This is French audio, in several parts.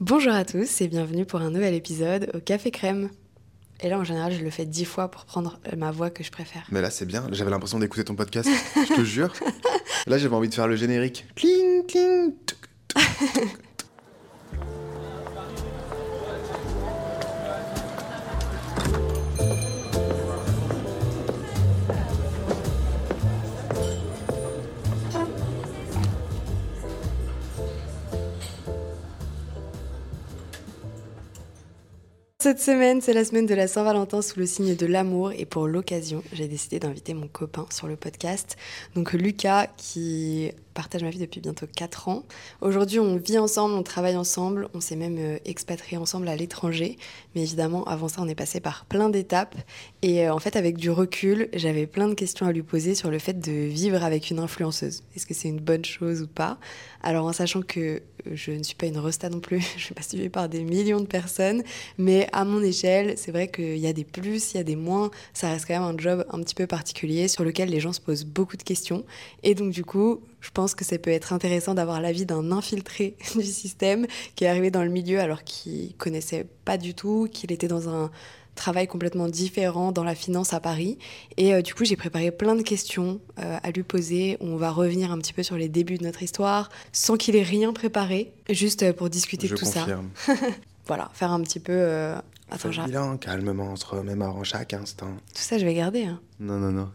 Bonjour à tous et bienvenue pour un nouvel épisode au Café Crème. Et là, en général, je le fais 10 fois pour prendre ma voix que je préfère. Mais là, c'est bien. J'avais l'impression d'écouter ton podcast. Je te jure. Là, j'avais envie de faire le générique. Cling, cling. Tuc, tuc, tuc. Cette semaine, c'est la semaine de la Saint-Valentin sous le signe de l'amour et pour l'occasion, j'ai décidé d'inviter mon copain sur le podcast. Donc Lucas, qui partage ma vie depuis bientôt 4 ans. Aujourd'hui, on vit ensemble, on travaille ensemble, on s'est même expatriés ensemble à l'étranger. Mais évidemment, avant ça, on est passé par plein d'étapes. Et en fait, avec du recul, j'avais plein de questions à lui poser sur le fait de vivre avec une influenceuse. Est-ce que c'est une bonne chose ou pas ? Alors, en sachant que je ne suis pas une resta non plus, je ne suis pas suivie par des millions de personnes, mais à mon échelle, c'est vrai qu'il y a des plus, il y a des moins. Ça reste quand même un job un petit peu particulier sur lequel les gens se posent beaucoup de questions. Et donc, du coup, je pense que ça peut être intéressant d'avoir l'avis d'un infiltré du système qui est arrivé dans le milieu alors qu'il connaissait pas du tout, qu'il était dans un travail complètement différent dans la finance à Paris. Et du coup, j'ai préparé plein de questions à lui poser. On va revenir un petit peu sur les débuts de notre histoire, sans qu'il ait rien préparé, juste pour discuter de tout confirme. ça. Voilà, faire un petit peu... Fais le bilan, calmement, on se remémore en chaque instant. Tout ça, je vais garder. Hein. Non.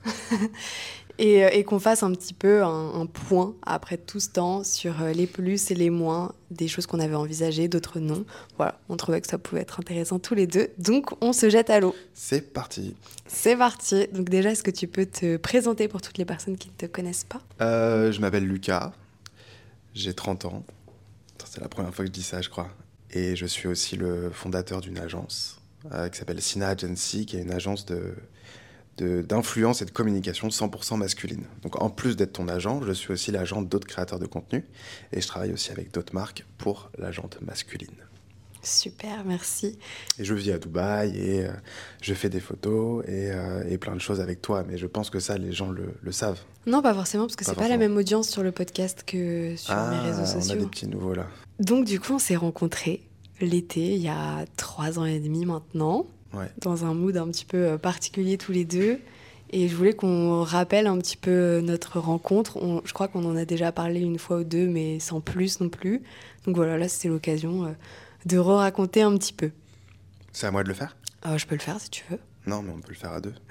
Et qu'on fasse un petit peu un point, après tout ce temps, sur les plus et les moins, des choses qu'on avait envisagées, d'autres non. Voilà, on trouvait que ça pouvait être intéressant tous les deux. Donc, on se jette à l'eau. C'est parti. C'est parti. Donc déjà, est-ce que tu peux te présenter pour toutes les personnes qui ne te connaissent pas ? Je m'appelle Lucas. J'ai 30 ans. C'est la première fois que je dis ça, je crois. Et je suis aussi le fondateur d'une agence qui s'appelle Sina Agency, qui est une agence d'influence et de communication 100% masculine. Donc en plus d'être ton agent, je suis aussi l'agent d'autres créateurs de contenu et je travaille aussi avec d'autres marques pour l'agente masculine. Super, merci. Et je vis à Dubaï et je fais des photos et plein de choses avec toi, mais je pense que ça, les gens le savent. Non, pas forcément, parce que Pas c'est pas forcément. la même audience sur le podcast que sur mes réseaux sociaux. On a des petits nouveaux là. Donc du coup, on s'est rencontrés l'été, il y a 3 ans et demi maintenant, dans un mood un petit peu particulier tous les deux. Et je voulais qu'on rappelle un petit peu notre rencontre. Je crois qu'on en a déjà parlé une fois ou deux, mais sans plus non plus. Donc voilà, là, c'était l'occasion de raconter un petit peu. C'est à moi de le faire ? Je peux le faire si tu veux. Non, mais on peut le faire à deux.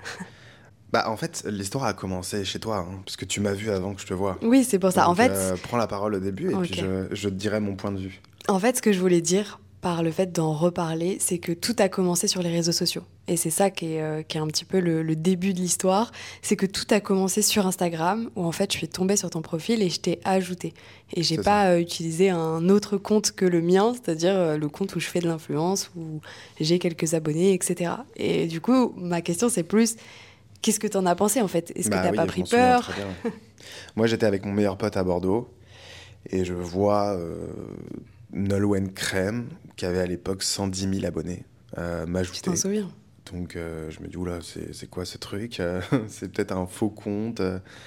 En fait, l'histoire a commencé chez toi, parce que tu m'as vu avant que je te voie. Oui, c'est pour ça. Donc, En fait, prends la parole au début et puis je te dirai mon point de vue. En fait, ce que je voulais dire par le fait d'en reparler, c'est que tout a commencé sur les réseaux sociaux. Et c'est ça qui est un petit peu le début de l'histoire. C'est que tout a commencé sur Instagram, où en fait, je suis tombée sur ton profil et je t'ai ajouté. Et j'ai pas utilisé un autre compte que le mien, c'est-à-dire le compte où je fais de l'influence, où j'ai quelques abonnés, etc. Et du coup, ma question, c'est plus... Qu'est-ce que t'en as pensé, en fait ? Est-ce que t'as pas pris peur ? Moi, j'étais avec mon meilleur pote à Bordeaux et je vois Nolwenn Crème, qui avait à l'époque 110 000 abonnés, m'ajouter. Tu t'en souviens ? Donc, je me dis, oula, c'est quoi ce truc ? C'est peut-être un faux compte.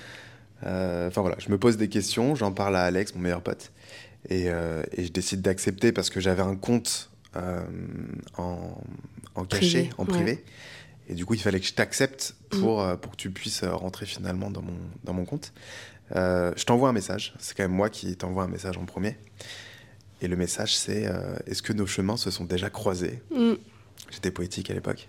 Enfin, voilà, je me pose des questions, j'en parle à Alex, mon meilleur pote, et je décide d'accepter parce que j'avais un compte en cachet, en privé. Ouais. Et du coup, il fallait que je t'accepte pour que tu puisses rentrer finalement dans mon compte. Je t'envoie un message. C'est quand même moi qui t'envoie un message en premier. Et le message, c'est est-ce que nos chemins se sont déjà croisés ? J'étais poétique à l'époque.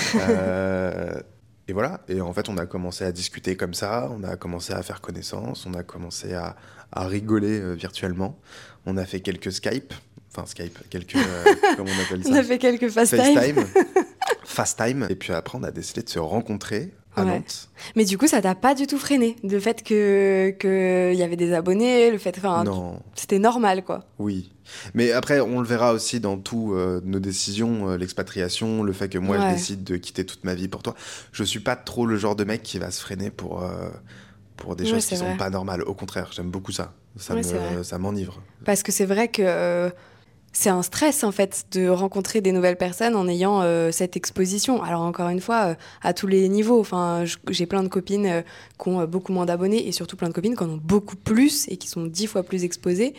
Et voilà. Et en fait, on a commencé à discuter comme ça. On a commencé à faire connaissance. On a commencé à rigoler virtuellement. On a fait quelques Skype. Enfin, quelques... comment on appelle ça ? On a fait quelques FaceTime. FaceTime. Et puis après, on a décidé de se rencontrer à Nantes. Mais du coup, ça t'a pas du tout freiné ? Le fait qu'il y avait des abonnés, le fait... Non. C'était normal, quoi. Oui. Mais après, on le verra aussi dans tous nos décisions, l'expatriation, le fait que moi, je décide de quitter toute ma vie pour toi. Je suis pas trop le genre de mec qui va se freiner pour des choses qui sont pas normales. Au contraire, j'aime beaucoup ça. Ça m'enivre. Parce que c'est vrai que... c'est un stress en fait de rencontrer des nouvelles personnes en ayant cette exposition. Alors encore une fois, à tous les niveaux. Enfin, j'ai plein de copines qui ont beaucoup moins d'abonnés et surtout plein de copines qui en ont beaucoup plus et qui sont 10 fois plus exposées.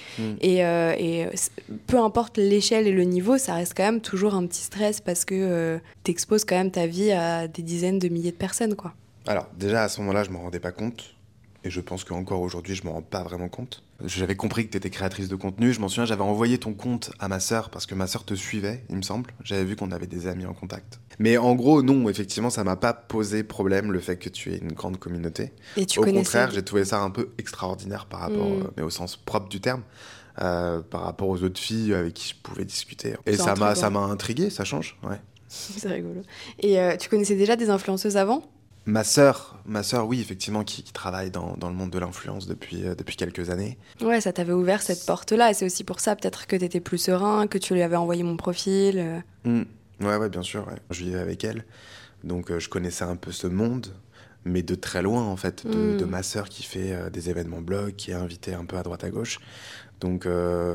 Et peu importe l'échelle et le niveau, ça reste quand même toujours un petit stress parce que t'exposes quand même ta vie à des dizaines de milliers de personnes, quoi. Alors, déjà, à ce moment-là, je m'en rendais pas compte. Et je pense qu'encore aujourd'hui, je m'en rends pas vraiment compte. J'avais compris que tu étais créatrice de contenu. Je m'en souviens, j'avais envoyé ton compte à ma sœur parce que ma sœur te suivait, il me semble. J'avais vu qu'on avait des amis en contact. Mais en gros, non, effectivement, ça m'a pas posé problème le fait que tu aies une grande communauté. Et tu Au connaissais... contraire, j'ai trouvé ça un peu extraordinaire par rapport, mais au sens propre du terme, par rapport aux autres filles avec qui je pouvais discuter. Et ça m'a intrigué, ça change, ouais. C'est rigolo. Et tu connaissais déjà des influenceuses avant ? Ma sœur, oui, effectivement, qui travaille dans le monde de l'influence depuis quelques années. Ouais, ça t'avait ouvert cette porte-là, et c'est aussi pour ça peut-être que t'étais plus serein, que tu lui avais envoyé mon profil. Ouais, bien sûr, ouais. Je vivais avec elle, donc je connaissais un peu ce monde, mais de très loin, en fait, de ma sœur qui fait des événements blog, qui est invitée un peu à droite à gauche. Donc,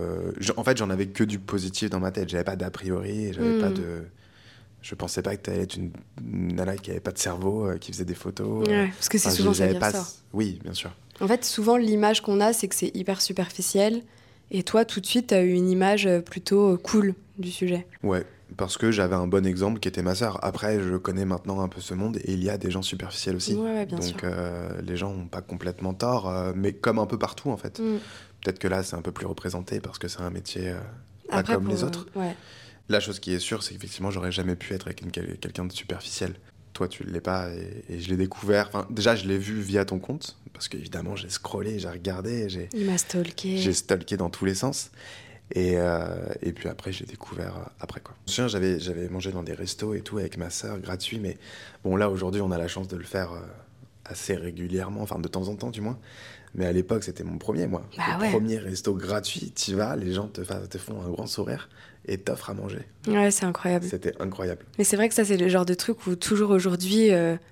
en fait, j'en avais que du positif dans ma tête. J'avais pas d'a priori, j'avais pas de... Je pensais pas que t'allais être une nana qui avait pas de cerveau, qui faisait des photos. Ouais, parce que c'est souvent ça vient ça. Oui, bien sûr. En fait, souvent, l'image qu'on a, c'est que c'est hyper superficiel. Et toi, tout de suite, t'as eu une image plutôt cool du sujet. Ouais, parce que j'avais un bon exemple qui était ma sœur. Après, je connais maintenant un peu ce monde et il y a des gens superficiels aussi. Ouais, bien sûr. Donc, les gens n'ont pas complètement tort, mais comme un peu partout, en fait. Peut-être que là, c'est un peu plus représenté parce que c'est un métier pas Après, comme les autres. Ouais. La chose qui est sûre, c'est qu'effectivement, j'aurais jamais pu être avec quelqu'un de superficiel. Toi, tu l'es pas, et je l'ai découvert. Enfin, déjà, je l'ai vu via ton compte, parce qu'évidemment, j'ai scrollé, j'ai regardé, Il m'a stalké. J'ai stalké dans tous les sens. Et puis après, j'ai découvert après, quoi. Je me souviens, j'avais mangé dans des restos et tout avec ma sœur, gratuit, mais bon, là, aujourd'hui, on a la chance de le faire assez régulièrement, enfin, de temps en temps, du moins. Mais à l'époque, c'était mon premier, moi. Premier resto gratuit, t'y vas, les gens te font un grand sourire et t'offrent à manger. Ouais, c'est incroyable. C'était incroyable. Mais c'est vrai que ça, c'est le genre de truc où toujours aujourd'hui,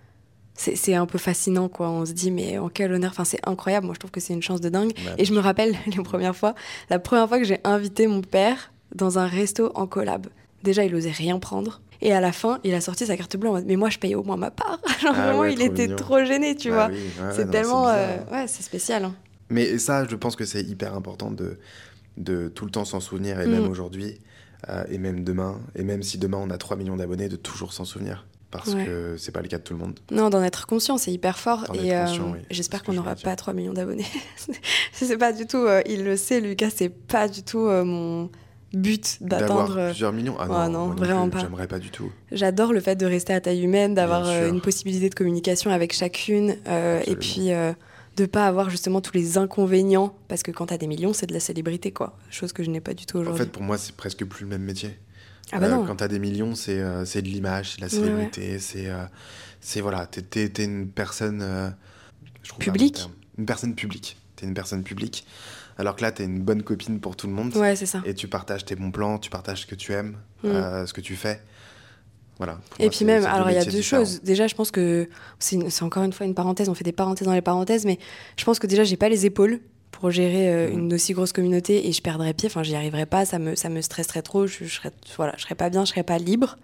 c'est un peu fascinant, quoi. On se dit, mais en quel honneur. Enfin, c'est incroyable. Moi, je trouve que c'est une chance de dingue. Et je me rappelle la première fois que j'ai invité mon père dans un resto en collab. Déjà, il osait rien prendre. Et à la fin, il a sorti sa carte bleue en mode, mais moi, je paye au moins ma part. Genre, vraiment, il était mignon. Trop gêné, tu vois. Oui, c'est tellement... c'est spécial. Hein. Mais ça, je pense que c'est hyper important de tout le temps s'en souvenir, et même aujourd'hui, et même demain, et même si demain on a 3 millions d'abonnés, de toujours s'en souvenir. Parce que c'est pas le cas de tout le monde. Non, d'en être conscient, c'est hyper fort. Et j'espère qu'on n'aura pas 3 millions d'abonnés. Je sais pas du tout, il le sait, Lucas, c'est pas du tout mon... but d'atteindre plusieurs millions. Non, vraiment pas. J'aimerais pas du tout. J'adore le fait de rester à taille humaine, d'avoir une possibilité de communication avec chacune, et puis de pas avoir justement tous les inconvénients, parce que quand t'as des millions, c'est de la célébrité, quoi. Chose que je n'ai pas du tout aujourd'hui. En fait, pour moi, c'est presque plus le même métier. Ah bah non. Quand t'as des millions, c'est de l'image, c'est de la célébrité, c'est voilà, t'es une personne publique. Une personne publique. T'es une personne publique. Alors que là, t'es une bonne copine pour tout le monde. Ouais, c'est ça. Et tu partages tes bons plans, tu partages ce que tu aimes, ce que tu fais. Voilà. Et puis même, alors il y a deux choses. Déjà, je pense que c'est encore une fois une parenthèse, on fait des parenthèses dans les parenthèses, mais je pense que déjà, j'ai pas les épaules pour gérer une aussi grosse communauté et je perdrais pied, enfin, j'y arriverais pas, ça me stresserait trop, je serais pas bien, je serais pas libre.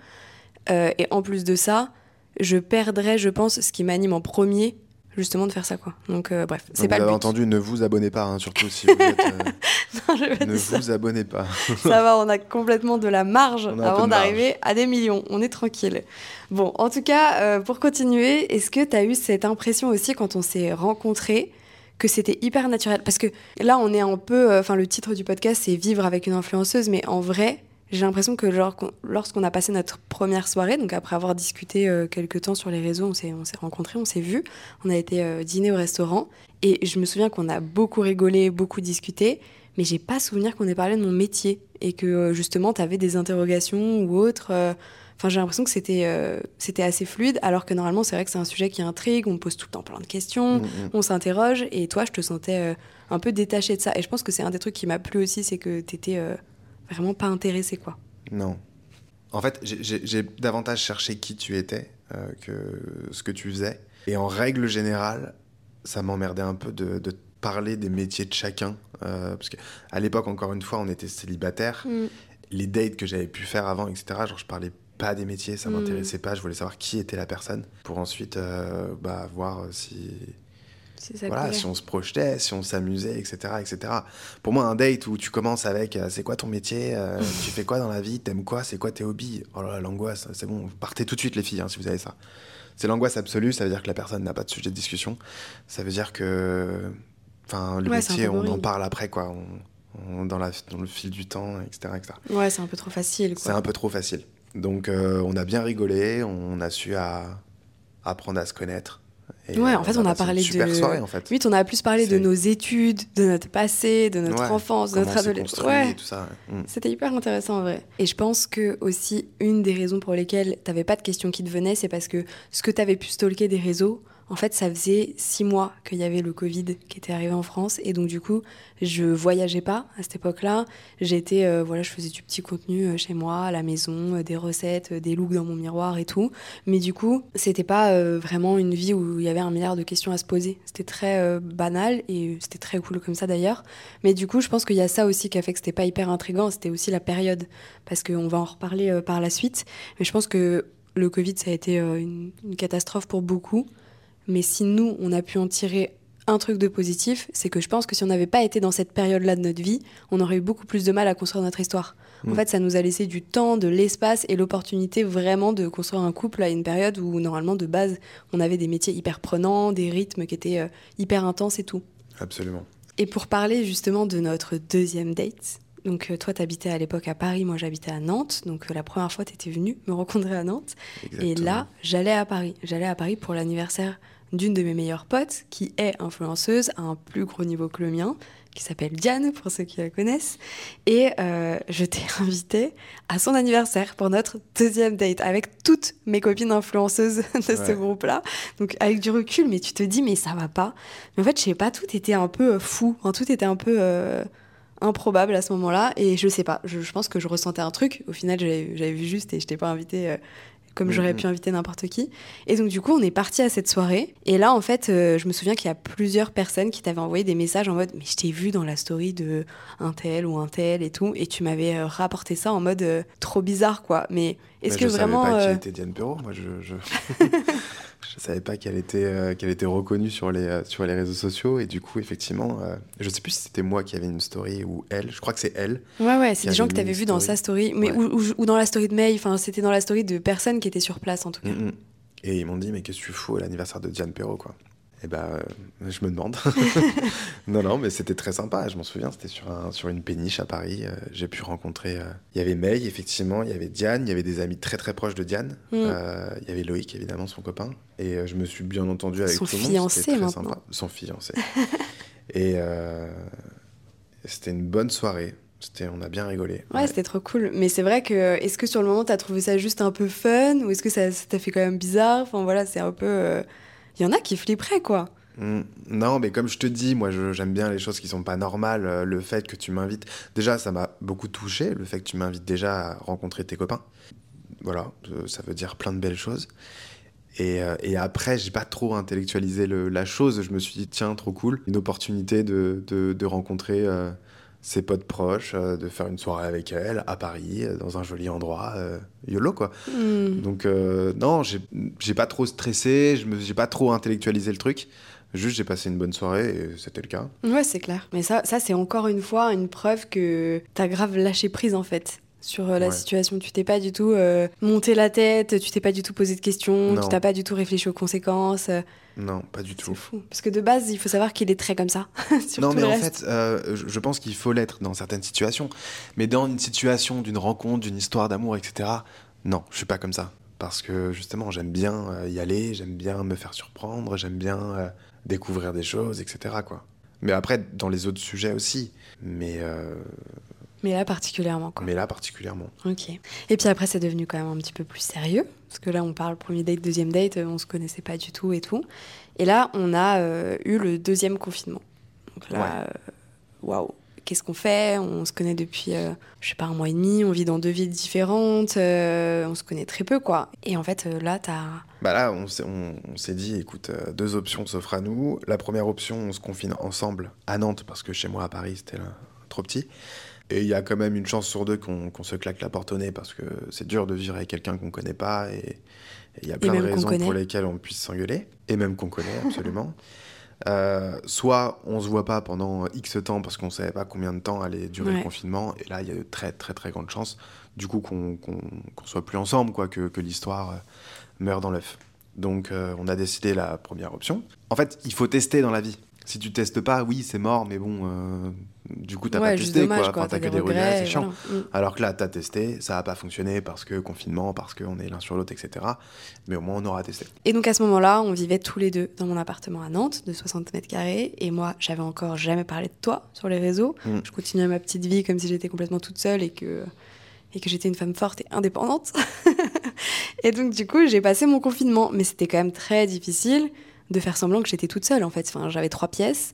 Et en plus de ça, je perdrais, je pense, ce qui m'anime en premier, justement de faire ça, quoi. Donc bref, c'est pas le but. Vous avez entendu, ne vous abonnez pas, hein, surtout si vous êtes... non, ne vous abonnez pas. Ça va, on a complètement de la marge avant d'arriver à des millions. On est tranquille. Bon, en tout cas, pour continuer, est-ce que tu as eu cette impression aussi quand on s'est rencontrés que c'était hyper naturel? Parce que là, on est un peu... Enfin, le titre du podcast, c'est « Vivre avec une influenceuse », mais en vrai... J'ai l'impression que lorsqu'on a passé notre première soirée, donc après avoir discuté quelques temps sur les réseaux, on s'est rencontrés, on s'est vus, on a été dîner au restaurant, et je me souviens qu'on a beaucoup rigolé, beaucoup discuté, mais j'ai pas souvenir qu'on ait parlé de mon métier, et que justement t'avais des interrogations ou autres. Enfin, j'ai l'impression que c'était assez fluide, alors que normalement c'est vrai que c'est un sujet qui intrigue, on me pose tout le temps plein de questions, on s'interroge, et toi je te sentais un peu détachée de ça. Et je pense que c'est un des trucs qui m'a plu aussi, c'est que t'étais... vraiment pas intéressé, quoi. Non. En fait, j'ai davantage cherché qui tu étais que ce que tu faisais. Et en règle générale, ça m'emmerdait un peu de parler des métiers de chacun. Parce qu'à l'époque, encore une fois, on était célibataires. les dates que j'avais pu faire avant, etc., genre je parlais pas des métiers, ça m'intéressait pas, je voulais savoir qui était la personne pour ensuite voir si ça voilà, collait. si on se projetait, si on s'amusait, etc., etc. Pour moi, un date où tu commences avec c'est quoi ton métier, tu fais quoi dans la vie, t'aimes quoi, c'est quoi tes hobbies, oh là là, l'angoisse, c'est bon, partez tout de suite les filles, hein, si vous avez ça. C'est l'angoisse absolue, ça veut dire que la personne n'a pas de sujet de discussion, ça veut dire que le Ouais, c'est un métier, peu on en boring. parle après, quoi, dans le fil du temps, etc., etc. Ouais, c'est un peu trop facile, C'est quoi. un peu trop facile. Donc on a bien rigolé, on a su apprendre à se connaître. Et Ouais, en fait, on a on a passé une parlé super de... soirée, en fait. Vite, on a plus parlé de C'est... nos études, de notre passé, de notre Ouais, enfance, de comment notre on s'est adolescence. construit et Ouais, tout ça. Ouais. c'était hyper intéressant en vrai. Et je pense que aussi, une des raisons pour lesquelles t'avais pas de questions qui te venaient, c'est parce que ce que t'avais pu stalker des réseaux, en fait, ça faisait 6 mois qu'il y avait le Covid qui était arrivé en France. Et donc, du coup, je voyageais pas à cette époque-là. J'étais, voilà, je faisais du petit contenu chez moi, à la maison, des recettes, des looks dans mon miroir et tout. Mais du coup, c'était pas vraiment une vie où il y avait un milliard de questions à se poser. C'était très banal et c'était très cool comme ça d'ailleurs. Mais du coup, je pense qu'il y a ça aussi qui a fait que c'était pas hyper intriguant. C'était aussi la période. Parce qu'on va en reparler par la suite. Mais je pense que le Covid, ça a été une catastrophe pour beaucoup. Mais si nous, on a pu en tirer un truc de positif, c'est que je pense que si on n'avait pas été dans cette période-là de notre vie, on aurait eu beaucoup plus de mal à construire notre histoire. En fait, ça nous a laissé du temps, de l'espace et l'opportunité vraiment de construire un couple à une période où, normalement, de base, on avait des métiers hyper prenants, des rythmes qui étaient hyper intenses et tout. Absolument. Et pour parler justement de notre deuxième date, donc toi, t'habitais à l'époque à Paris, moi j'habitais à Nantes. Donc la première fois, t'étais venu me rencontrer à Nantes. Et Exactement. là, j'allais à Paris. J'allais à Paris pour l'anniversaire d'une de mes meilleures potes, qui est influenceuse à un plus gros niveau que le mien, qui s'appelle Diane, pour ceux qui la connaissent. Et je t'ai invitée à son anniversaire pour notre deuxième date, avec toutes mes copines influenceuses de ce Ouais. groupe-là. Donc avec du recul, mais tu te dis, mais ça va pas. Mais en fait, je sais pas, tout était un peu fou. Enfin, tout était un peu improbable à ce moment-là. Et je sais pas, je pense que je ressentais un truc. Au final, j'avais vu juste et je t'ai pas invité comme j'aurais pu inviter n'importe qui. Et donc, du coup, on est parti à cette soirée. Et là, en fait, je me souviens qu'il y a plusieurs personnes qui t'avaient envoyé des messages en mode « Mais je t'ai vu dans la story de un tel ou un tel et tout. » Et tu m'avais rapporté ça en mode trop bizarre, quoi. Mais est-ce Mais que je savais vraiment... pas qui était Diane Perrault. Moi, je savais pas qu'elle était reconnue sur les réseaux sociaux. Et du coup, effectivement, je sais plus si c'était moi qui avais une story ou elle. Je crois que c'est elle Ouais, c'est qui des gens avait que mis t'avais une vus dans story. sa story, mais Ouais. ou dans la story de May. Enfin, c'était dans la story de personnes qui étaient sur place, en tout cas. Et ils m'ont dit, mais qu'est-ce que tu fous à l'anniversaire de Diane Perrault, quoi. Et je me demande. Non, mais c'était très sympa. Je m'en souviens, c'était sur une péniche à Paris. J'ai pu rencontrer. Il y avait May, effectivement. Il y avait Diane. Il y avait des amis très très proches de Diane. Il y avait Loïc, évidemment, son copain. Et je me suis bien entendu avec Son tout le monde. fiancé, C'était très maintenant. sympa. Son fiancé. Et c'était une bonne soirée. On a bien rigolé. Ouais, c'était trop cool. Mais c'est vrai que, est-ce que sur le moment, t'as trouvé ça juste un peu fun ou est-ce que ça t'a fait quand même bizarre? Enfin voilà, c'est un peu. Il y en a qui flipperaient, quoi. Non, mais comme je te dis, moi j'aime bien les choses qui sont pas normales. Le fait que tu m'invites, déjà ça m'a beaucoup touché, le fait que tu m'invites déjà à rencontrer tes copains. Voilà, ça veut dire plein de belles choses. Et après, j'ai pas trop intellectualisé la chose. Je me suis dit, tiens, trop cool, une opportunité de rencontrer ses potes proches, de faire une soirée avec elle à Paris, dans un joli endroit, YOLO quoi. Donc non, j'ai pas trop stressé, j'ai pas trop intellectualisé le truc. Juste, j'ai passé une bonne soirée et c'était le cas. Ouais, c'est clair. Mais ça c'est encore une fois une preuve que t'as grave lâché prise, en fait, sur la Ouais. situation. Tu t'es pas du tout monté la tête, tu t'es pas du tout posé de questions, tu Non. t'as pas du tout réfléchi aux conséquences. Non, pas du C'est tout. fou. Parce que de base, il faut savoir qu'il est très comme ça. Sur Non, tout mais le en reste. fait, je pense qu'il faut l'être dans certaines situations. Mais dans une situation d'une rencontre, d'une histoire d'amour, etc., non, je suis pas comme ça. Parce que justement, j'aime bien y aller, j'aime bien me faire surprendre, j'aime bien découvrir des choses, etc., quoi. Mais après, dans les autres sujets aussi. Mais là, particulièrement, quoi. Mais là, particulièrement. Ok. Et puis après, c'est devenu quand même un petit peu plus sérieux. Parce que là, on parle premier date, deuxième date, on se connaissait pas du tout et tout. Et là, on a eu le deuxième confinement. Donc là, waouh, qu'est-ce qu'on fait? On se connaît depuis, je sais pas, 1 mois et demi, on vit dans 2 villes différentes, on se connaît très peu, quoi. Et en fait, là, t'as... Bah là, on s'est dit, écoute, 2 options s'offrent à nous. La première option, on se confine ensemble à Nantes, parce que chez moi, à Paris, c'était là, trop petit. Et il y a quand même une chance sur deux qu'on se claque la porte au nez parce que c'est dur de vivre avec quelqu'un qu'on connaît pas et il y a plein de raisons pour lesquelles on puisse s'engueuler. Et même qu'on connaît, absolument. Soit on se voit pas pendant X temps parce qu'on savait pas combien de temps allait durer le confinement. Et là, il y a de très, très, très grandes chances du coup qu'on soit plus ensemble, quoi, que l'histoire meure dans l'œuf. Donc on a décidé la première option. En fait, il faut tester dans la vie. Si tu testes pas, oui, c'est mort, mais bon, du coup, t'as pas testé, dommage, quoi. Enfin, t'as que des regrets, c'est chiant. Voilà. Alors que là, t'as testé, ça a pas fonctionné parce que confinement, parce qu'on est l'un sur l'autre, etc. Mais au moins, on aura testé. Et donc, à ce moment-là, on vivait tous les deux dans mon appartement à Nantes, de 60 mètres carrés. Et moi, j'avais encore jamais parlé de toi sur les réseaux. Je continuais ma petite vie comme si j'étais complètement toute seule et que j'étais une femme forte et indépendante. Et donc, du coup, j'ai passé mon confinement. Mais c'était quand même très difficile de faire semblant que j'étais toute seule, en fait. Enfin, j'avais 3 pièces.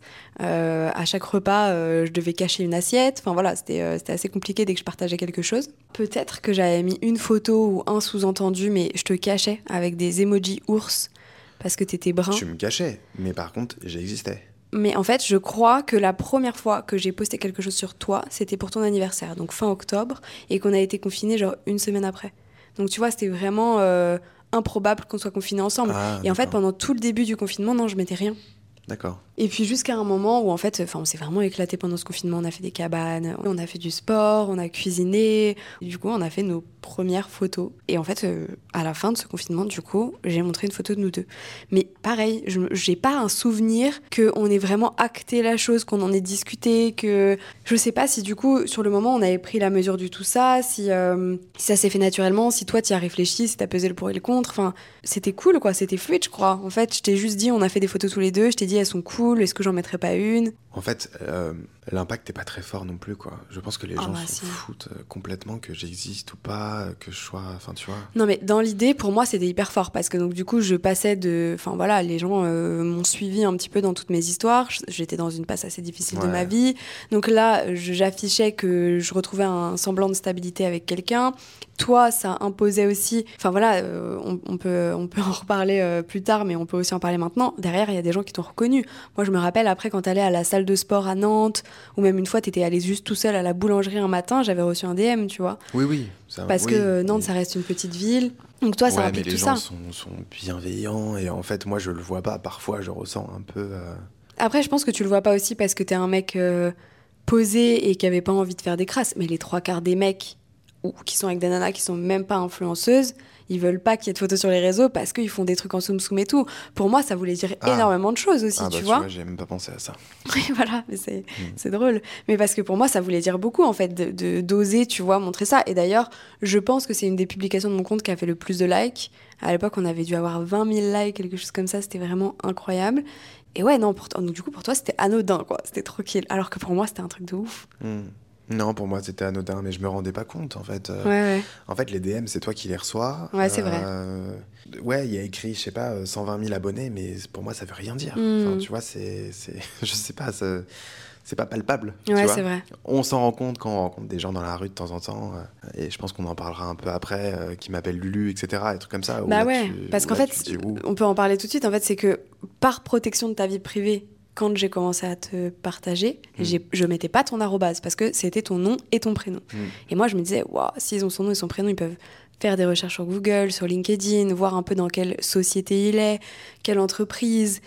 À chaque repas, je devais cacher une assiette. Enfin, voilà, c'était assez compliqué dès que je partageais quelque chose. Peut-être que j'avais mis une photo ou un sous-entendu, mais je te cachais avec des emojis ours parce que t'étais brun. Tu me cachais, mais par contre, j'existais. Mais en fait, je crois que la première fois que j'ai posté quelque chose sur toi, c'était pour ton anniversaire, donc fin octobre, et qu'on a été confinés genre une semaine après. Donc tu vois, c'était vraiment improbable qu'on soit confinés ensemble. Et en fait, pendant tout le début du confinement, non, je mettais rien. D'accord. Et puis jusqu'à un moment où en fait, on s'est vraiment éclaté pendant ce confinement. On a fait des cabanes, on a fait du sport, on a cuisiné. Et du coup, on a fait nos premières photos. Et en fait, à la fin de ce confinement, du coup, j'ai montré une photo de nous deux. Mais pareil, j'ai pas un souvenir qu'on ait vraiment acté la chose, qu'on en ait discuté, que je sais pas si du coup, sur le moment, on avait pris la mesure du tout ça, si ça s'est fait naturellement, si toi, tu y as réfléchi, si t'as pesé le pour et le contre. Enfin, c'était cool, quoi. C'était fluide, je crois. En fait, je t'ai juste dit, on a fait des photos tous les deux. Je t'ai dit, elles sont cool. Est-ce que j'en mettrais pas une ? En fait, l'impact n'est pas très fort non plus, quoi. Je pense que les gens s'en foutent complètement que j'existe ou pas, que je sois... Enfin, tu vois. Non, mais dans l'idée, pour moi, c'était hyper fort parce que donc du coup, je passais de... Enfin, voilà, les gens m'ont suivi un petit peu dans toutes mes histoires. J'étais dans une passe assez difficile de ma vie. Donc là, j'affichais que je retrouvais un semblant de stabilité avec quelqu'un. Toi, ça imposait aussi... Enfin, voilà, on peut en reparler plus tard, mais on peut aussi en parler maintenant. Derrière, il y a des gens qui t'ont reconnu. Moi, je me rappelle, après, quand t'allais à la salle de sport à Nantes, ou même une fois, t'étais allé juste tout seul à la boulangerie un matin, j'avais reçu un DM, tu vois. Oui. Parce que Nantes, ça reste une petite ville. Donc toi, ça implique tout ça. Mais les gens sont bienveillants. Et en fait, moi, je le vois pas. Parfois, je ressens un peu... Après, je pense que tu le vois pas aussi parce que t'es un mec posé et qui avait pas envie de faire des crasses. Mais les 3/4 des mecs qui sont avec des nanas qui sont même pas influenceuses, ils veulent pas qu'il y ait de photos sur les réseaux parce qu'ils font des trucs en soum-soum et tout. Pour moi, ça voulait dire énormément de choses aussi, tu vois. J'ai même pas pensé à ça. Oui, voilà, mais c'est drôle. Mais parce que pour moi, ça voulait dire beaucoup, en fait, d'oser, tu vois, montrer ça. Et d'ailleurs, je pense que c'est une des publications de mon compte qui a fait le plus de likes. À l'époque, on avait dû avoir 20 000 likes, quelque chose comme ça. C'était vraiment incroyable. Et ouais, non, donc du coup, pour toi, c'était anodin, quoi. C'était tranquille. Alors que pour moi, c'était un truc de ouf. Non, pour moi, c'était anodin, mais je me rendais pas compte, en fait. Ouais. En fait, les DM, c'est toi qui les reçois. Ouais, c'est vrai. Ouais, il y a écrit, je sais pas, 120 000 abonnés, mais pour moi, ça veut rien dire. Enfin, tu vois, c'est... Je sais pas, c'est pas palpable. Ouais, tu vois, c'est vrai. On s'en rend compte quand on rencontre des gens dans la rue de temps en temps. Et je pense qu'on en parlera un peu après, qui m'appellent Lulu, etc. Des trucs comme ça. Bah ouais, parce qu'en fait, on peut en parler tout de suite. En fait, c'est que par protection de ta vie privée, quand j'ai commencé à te partager, je mettais pas ton arrobase parce que c'était ton nom et ton prénom. Et moi, je me disais, waouh, s'ils ont son nom et son prénom, ils peuvent faire des recherches sur Google, sur LinkedIn, voir un peu dans quelle société il est, quelle entreprise.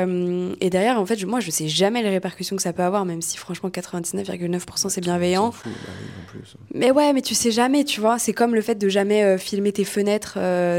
Et derrière, en fait, moi, je sais jamais les répercussions que ça peut avoir, même si franchement, 99,9% c'est bienveillant. On s'en fout, bah oui, en plus. Mais ouais, mais tu sais jamais, tu vois. C'est comme le fait de jamais filmer tes fenêtres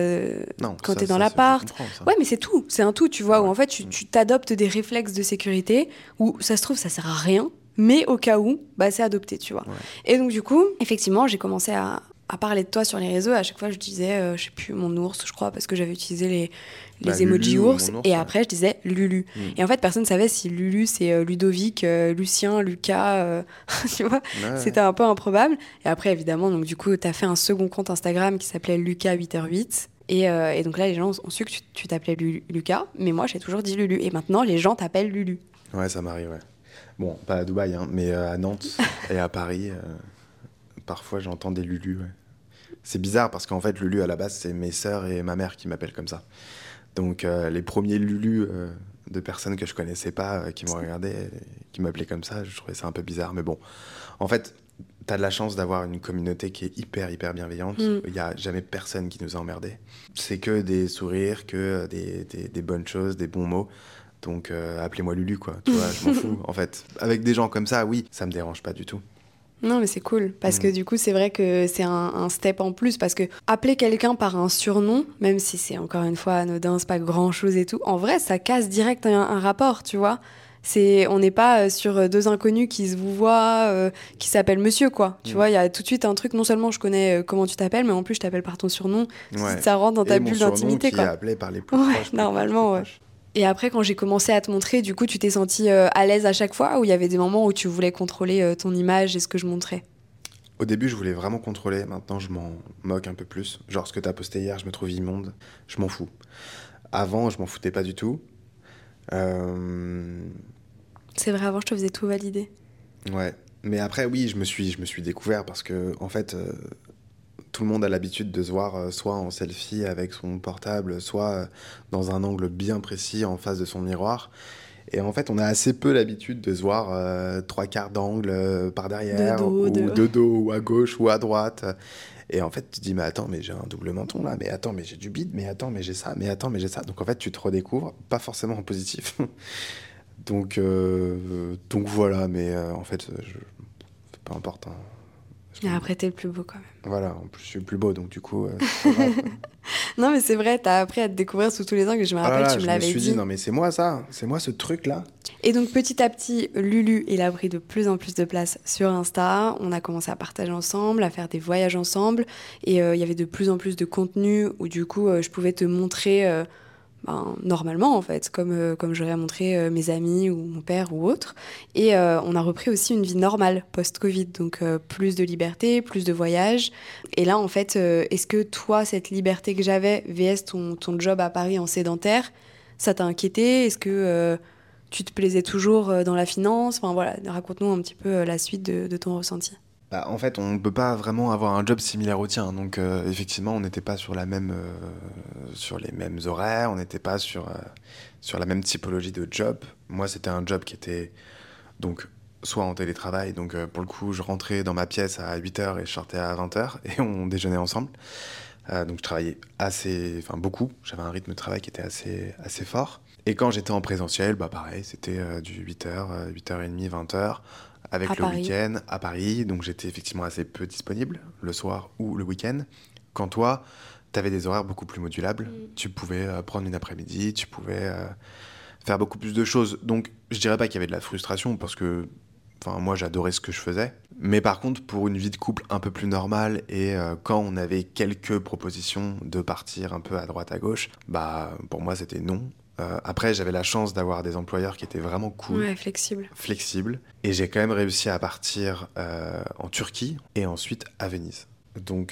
quand t'es dans l'appart. Ouais, mais c'est tout. C'est un tout, tu vois, où en fait, tu t'adoptes des réflexes de sécurité où ça se trouve, ça sert à rien. Mais au cas où, bah, c'est adopté, tu vois. Ouais. Et donc, du coup, effectivement, j'ai commencé à parler de toi sur les réseaux. À chaque fois, je disais, je sais plus, mon ours, je crois, parce que j'avais utilisé les emojis ours. Et après, je disais Lulu. Et en fait, personne ne savait si Lulu, c'est Ludovic, Lucien, Lucas. Tu vois, c'était un peu improbable. Et après, évidemment, donc, du coup, tu as fait un second compte Instagram qui s'appelait Lucas8h8. Et donc là, les gens ont su que tu t'appelais Lucas. Mais moi, j'ai toujours dit Lulu. Et maintenant, les gens t'appellent Lulu. Ouais, ça m'arrive, ouais. Bon, pas à Dubaï, hein, mais à Nantes et à Paris... Parfois, j'entends des Lulu, ouais. C'est bizarre parce qu'en fait, Lulu, à la base, c'est mes sœurs et ma mère qui m'appellent comme ça. Donc, les premiers Lulu de personnes que je connaissais pas qui m'ont regardé, qui m'appelaient comme ça. Je trouvais ça un peu bizarre, mais bon. En fait, t'as de la chance d'avoir une communauté qui est hyper, hyper bienveillante. Il y a jamais personne qui nous a emmerdés. C'est que des sourires, que des bonnes choses, des bons mots. Donc, appelez-moi Lulu, quoi. Tu vois, je m'en fous, en fait. Avec des gens comme ça, oui, ça me dérange pas du tout. Non, mais c'est cool. Parce que du coup, c'est vrai que c'est un step en plus. Parce que appeler quelqu'un par un surnom, même si c'est encore une fois anodin, c'est pas grand-chose et tout, en vrai, ça casse direct un rapport, tu vois. On n'est pas sur deux inconnus qui se vous voient, qui s'appellent monsieur, quoi. Tu vois, il y a tout de suite un truc, non seulement je connais comment tu t'appelles, mais en plus je t'appelle par ton surnom. Ouais. Ça rentre dans ta Et mon bulle surnom d'intimité, qui quoi. est appelé par les plus Ouais, proches. normalement, ouais. Et après, quand j'ai commencé à te montrer, du coup, tu t'es sentie à l'aise à chaque fois ou il y avait des moments où tu voulais contrôler ton image et ce que je montrais? Au début, je voulais vraiment contrôler. Maintenant, je m'en moque un peu plus. Genre, ce que t'as posté hier, je me trouve immonde. Je m'en fous. Avant, je m'en foutais pas du tout. C'est vrai, avant, je te faisais tout valider. Ouais. Mais après, oui, je me suis découvert parce que, en fait, tout le monde a l'habitude de se voir soit en selfie avec son portable, soit dans un angle bien précis en face de son miroir. Et en fait, on a assez peu l'habitude de se voir trois quarts d'angle par De derrière, dos, ou de dos, ou à gauche, ou à droite. Et en fait, tu te dis, mais attends, mais j'ai un double menton là, mais attends, mais j'ai du bide, mais attends, mais j'ai ça, mais attends, mais j'ai ça. Donc en fait, tu te redécouvres, pas forcément en positif. Donc voilà, mais en fait, peu importe. Hein. Et après, t'es le plus beau quand même. Voilà, en plus, je suis le plus beau, donc du coup, c'est pas grave. Non, mais c'est vrai, t'as appris à te découvrir sous tous les angles. Je me Ah là rappelle, là, tu me je me l'avais suis dit, dit. non mais c'est moi ça, c'est moi ce truc-là. Et donc, petit à petit, Lulu, il a pris de plus en plus de place sur Insta. On a commencé à partager ensemble, à faire des voyages ensemble. Et il y avait de plus en plus de contenu où, du coup, je pouvais te montrer normalement, en fait, comme j'aurais montré mes amis ou mon père ou autre. Et on a repris aussi une vie normale post-Covid. Donc, plus de liberté, plus de voyages. Et là, en fait, est-ce que toi, cette liberté que j'avais, VS ton job à Paris en sédentaire, ça t'a inquiété? Est-ce que tu te plaisais toujours dans la finance? Enfin voilà, raconte-nous un petit peu la suite de ton ressenti. Bah, en fait, on ne peut pas vraiment avoir un job similaire au tien. Donc, effectivement, on n'était pas sur sur les mêmes horaires, on n'était pas sur la même typologie de job. Moi, c'était un job qui était donc soit en télétravail. Donc, pour le coup, je rentrais dans ma pièce à 8h et je sortais à 20h et on déjeunait ensemble. Donc, je travaillais beaucoup. J'avais un rythme de travail qui était assez fort. Et quand j'étais en présentiel, bah pareil, c'était du 8h, 8h30, 20h. Avec le week-end à Paris, donc j'étais effectivement assez peu disponible le soir ou le week-end. Quand toi, tu avais des horaires beaucoup plus modulables, tu pouvais prendre une après-midi, tu pouvais faire beaucoup plus de choses. Donc je dirais pas qu'il y avait de la frustration parce que moi j'adorais ce que je faisais. Mais par contre, pour une vie de couple un peu plus normale et quand on avait quelques propositions de partir un peu à droite à gauche, bah pour moi c'était non. Après, j'avais la chance d'avoir des employeurs qui étaient vraiment cool. Ouais, flexible. Et j'ai quand même réussi à partir en Turquie et ensuite à Venise. Donc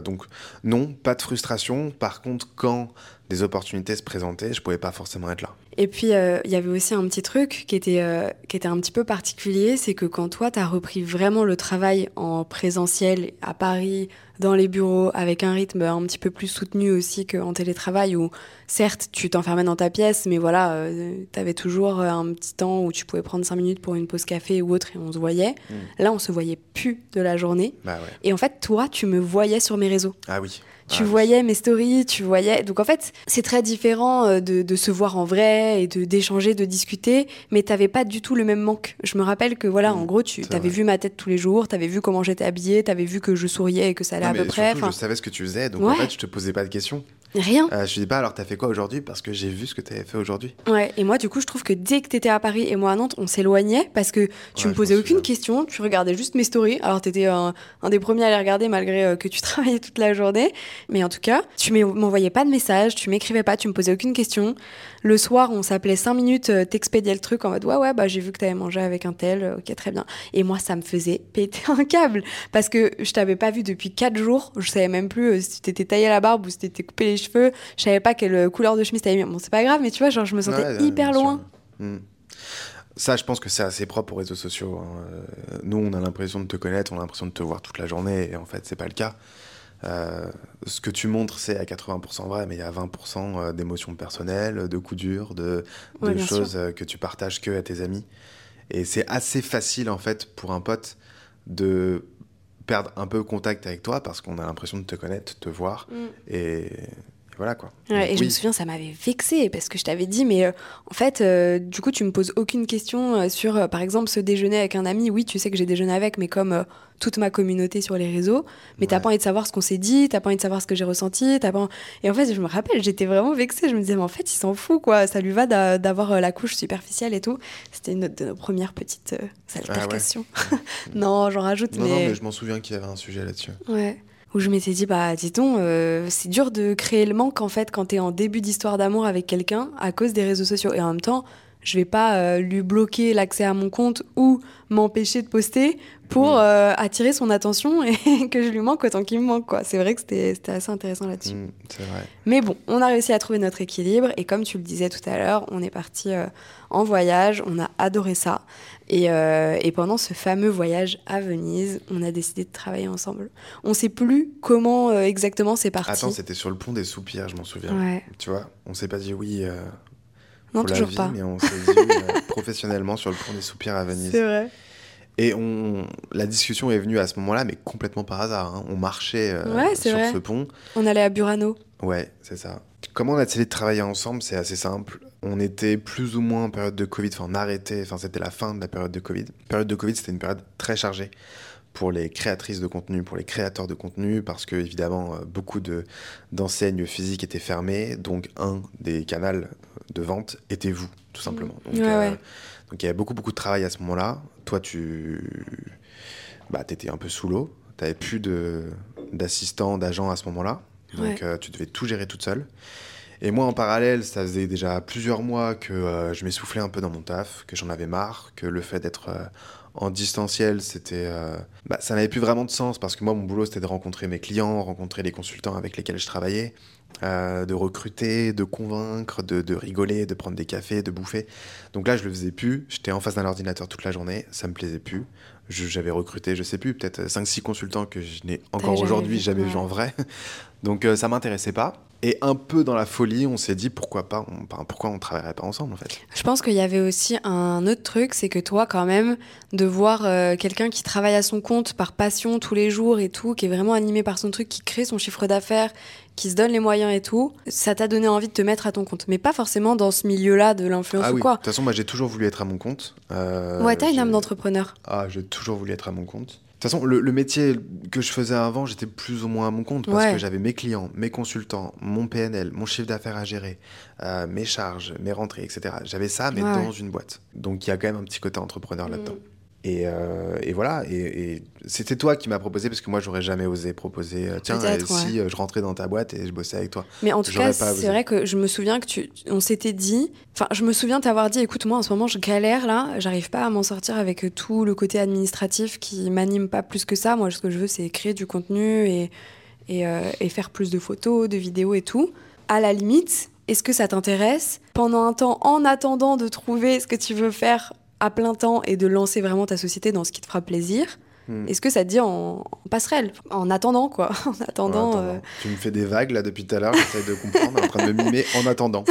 non, pas de frustration. Par contre, quand des opportunités se présentaient, je pouvais pas forcément être là. Et puis, il y avait aussi un petit truc qui était un petit peu particulier, c'est que quand toi, tu as repris vraiment le travail en présentiel à Paris, dans les bureaux, avec un rythme un petit peu plus soutenu aussi qu'en télétravail, où certes, tu t'enfermais dans ta pièce, mais voilà, tu avais toujours un petit temps où tu pouvais prendre 5 minutes pour une pause café ou autre et on se voyait. Là, on se voyait plus de la journée. Bah ouais. Et en fait, toi, tu me voyais sur mes réseaux. Ah oui. Tu voyais mes stories, tu voyais... Donc en fait, c'est très différent de se voir en vrai et d'échanger, de discuter, mais t'avais pas du tout le même manque. Je me rappelle que voilà, en gros, tu t'avais vu ma tête tous les jours, t'avais vu comment j'étais habillée, t'avais vu que je souriais et que ça allait à peu près. Surtout, je savais ce que tu faisais, donc en fait, je te posais pas de questions. Rien. Je te dis pas, alors t'as fait quoi aujourd'hui? Parce que j'ai vu ce que t'avais fait aujourd'hui. Ouais, et moi, du coup, je trouve que dès que t'étais à Paris et moi à Nantes, on s'éloignait parce que tu me posais aucune question, tu regardais juste mes stories. Alors, t'étais un des premiers à les regarder malgré que tu travaillais toute la journée. Mais en tout cas, tu m'envoyais pas de messages, tu m'écrivais pas, tu me posais aucune question. Le soir, on s'appelait 5 minutes, t'expédiais le truc en mode ouais, bah j'ai vu que t'avais mangé avec un tel, ok, très bien. Et moi, ça me faisait péter un câble parce que je t'avais pas vu depuis 4 jours. Je savais même plus si tu t'étais taillé la barbe ou si t'étais coupé les cheveux. Je savais pas quelle couleur de chemise t'avais mis. Bon, c'est pas grave, mais tu vois, genre, je me sentais hyper loin. Ça, je pense que c'est assez propre aux réseaux sociaux. Hein. Nous, on a l'impression de te connaître, on a l'impression de te voir toute la journée, et en fait, c'est pas le cas. Ce que tu montres, c'est à 80% vrai, mais il y a 20% d'émotions personnelles, de coups durs, de choses que tu partages que à tes amis. Et c'est assez facile, en fait, pour un pote de perdre un peu contact avec toi parce qu'on a l'impression de te connaître, de te voir. Et voilà, quoi. Ouais, Donc, et je me souviens, ça m'avait vexée parce que je t'avais dit, mais en fait, du coup, tu me poses aucune question sur, par exemple, ce déjeuner avec un ami. Oui, tu sais que j'ai déjeuné avec, mais comme toute ma communauté sur les réseaux. Mais t'as pas envie de savoir ce qu'on s'est dit, t'as pas envie de savoir ce que j'ai ressenti. Et en fait, je me rappelle, j'étais vraiment vexée. Je me disais, mais en fait, il s'en fout, quoi. Ça lui va d'avoir la couche superficielle et tout. C'était une de nos premières petites altercations. Non, j'en rajoute, non, mais je m'en souviens qu'il y avait un sujet là-dessus. Ouais. Où je m'étais dit, bah, dis donc, c'est dur de créer le manque, en fait, quand t'es en début d'histoire d'amour avec quelqu'un à cause des réseaux sociaux. Et en même temps, je vais pas lui bloquer l'accès à mon compte ou m'empêcher de poster pour attirer son attention et que je lui manque autant qu'il me manque, quoi. C'est vrai que c'était assez intéressant là-dessus. C'est vrai. Mais bon, on a réussi à trouver notre équilibre et comme tu le disais tout à l'heure, on est parti en voyage, on a adoré ça. Et pendant ce fameux voyage à Venise, on a décidé de travailler ensemble. On sait plus comment exactement c'est parti. Attends, c'était sur le pont des Soupirs, je m'en souviens. Ouais. Tu vois, on s'est pas dit oui Non, pour la toujours vie, pas. mais on s'est dit professionnellement sur le pont des Soupirs à Venise. C'est vrai. Et la discussion est venue à ce moment-là, mais complètement par hasard. On marchait sur vrai. ce pont. On allait à Burano. Ouais, c'est ça. Comment on a décidé de travailler ensemble, c'est assez simple. On était plus ou moins en période de Covid, enfin on arrêtait, c'était la fin de la période de Covid. La période de Covid, c'était une période très chargée pour les créatrices de contenu, pour les créateurs de contenu, parce que évidemment beaucoup d'enseignes physiques étaient fermées, donc un des canaux de vente était vous, tout simplement. Donc il y avait beaucoup de travail à ce moment-là. Toi, t'étais un peu sous l'eau, t'avais plus d'assistants, d'agents à ce moment-là, donc tu devais tout gérer toute seule. Et moi, en parallèle, ça faisait déjà plusieurs mois que je m'essoufflais un peu dans mon taf, que j'en avais marre, que le fait d'être en distanciel, ça n'avait plus vraiment de sens, parce que moi, mon boulot, c'était de rencontrer mes clients, rencontrer les consultants avec lesquels je travaillais, de recruter, de convaincre, de rigoler, de prendre des cafés, de bouffer. Donc là, je le faisais plus, j'étais en face d'un ordinateur toute la journée, ça me plaisait plus. J'avais recruté, je sais plus, peut-être 5-6 consultants que je n'ai encore aujourd'hui jamais vu en vrai. Donc ça m'intéressait pas. Et un peu dans la folie, on s'est dit pourquoi on travaillerait pas ensemble en fait. Je pense qu'il y avait aussi un autre truc, c'est que toi quand même, de voir quelqu'un qui travaille à son compte par passion tous les jours et tout, qui est vraiment animé par son truc, qui crée son chiffre d'affaires, qui se donne les moyens et tout, ça t'a donné envie de te mettre à ton compte. Mais pas forcément dans ce milieu-là de l'influence ou quoi. De toute façon, moi j'ai toujours voulu être à mon compte. Ouais, t'as une âme d'entrepreneur. J'ai toujours voulu être à mon compte. De toute façon, le métier que je faisais avant, j'étais plus ou moins à mon compte parce que j'avais mes clients, mes consultants, mon PNL, mon chiffre d'affaires à gérer, mes charges, mes rentrées, etc. J'avais ça, mais dans une boîte. Donc il y a quand même un petit côté entrepreneur là-dedans. Et voilà, et c'était toi qui m'as proposé, parce que moi j'aurais jamais osé proposer si je rentrais dans ta boîte et je bossais avec toi. Mais en tout cas, c'est vrai que je me souviens que on s'était dit, je me souviens t'avoir dit, écoute, moi en ce moment je galère là, j'arrive pas à m'en sortir avec tout le côté administratif qui m'anime pas plus que ça. Moi, ce que je veux, c'est créer du contenu et faire plus de photos, de vidéos et tout. À la limite, est-ce que ça t'intéresse pendant un temps, en attendant de trouver ce que tu veux faire à plein temps et de lancer vraiment ta société dans ce qui te fera plaisir? Est-ce que ça te dit en passerelle? En attendant, quoi. En attendant. Tu me fais des vagues là depuis tout à l'heure, j'essaie de comprendre, en train de me mimer en attendant.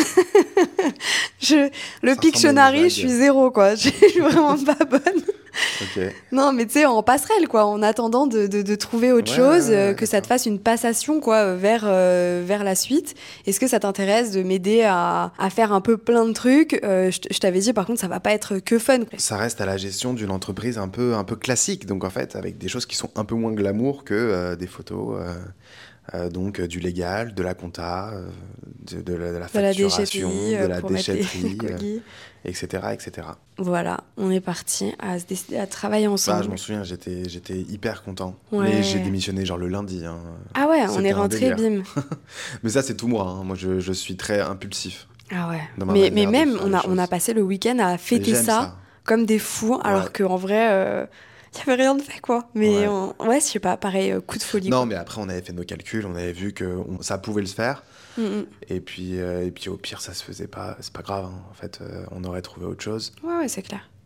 Le Pictionary, je suis zéro, quoi. Je suis vraiment pas bonne. Okay. Non, mais tu sais, en passerelle, quoi, en attendant de trouver autre chose, que ça te fasse une passation, quoi, vers la suite. Est-ce que ça t'intéresse de m'aider à faire un peu plein de trucs? Je t'avais dit, par contre, ça va pas être que fun. Ça reste à la gestion d'une entreprise un peu classique, donc en fait, avec des choses qui sont un peu moins glamour que des photos. Donc du légal, de la compta, de la facturation, de la déchetterie, etc., etc. Voilà, on est parti à se décider à travailler ensemble. Je m'en souviens, j'étais hyper content. Ouais. Mais j'ai démissionné genre le lundi. Hein. Ah ouais, on est rentré, bim. Mais ça, c'est tout moi. Hein. Moi, je suis très impulsif. Ah ouais. Mais même, on a passé le week-end à fêter ça comme des fous, alors qu'en vrai... il n'y avait rien de fait, quoi. Mais je sais pas, pareil, coup de folie. Non, quoi. mais après, on avait fait nos calculs, on avait vu que ça pouvait le faire. Et puis au pire, ça se faisait pas. C'est pas grave, hein. En fait, on aurait trouvé autre chose. Ouais, c'est clair.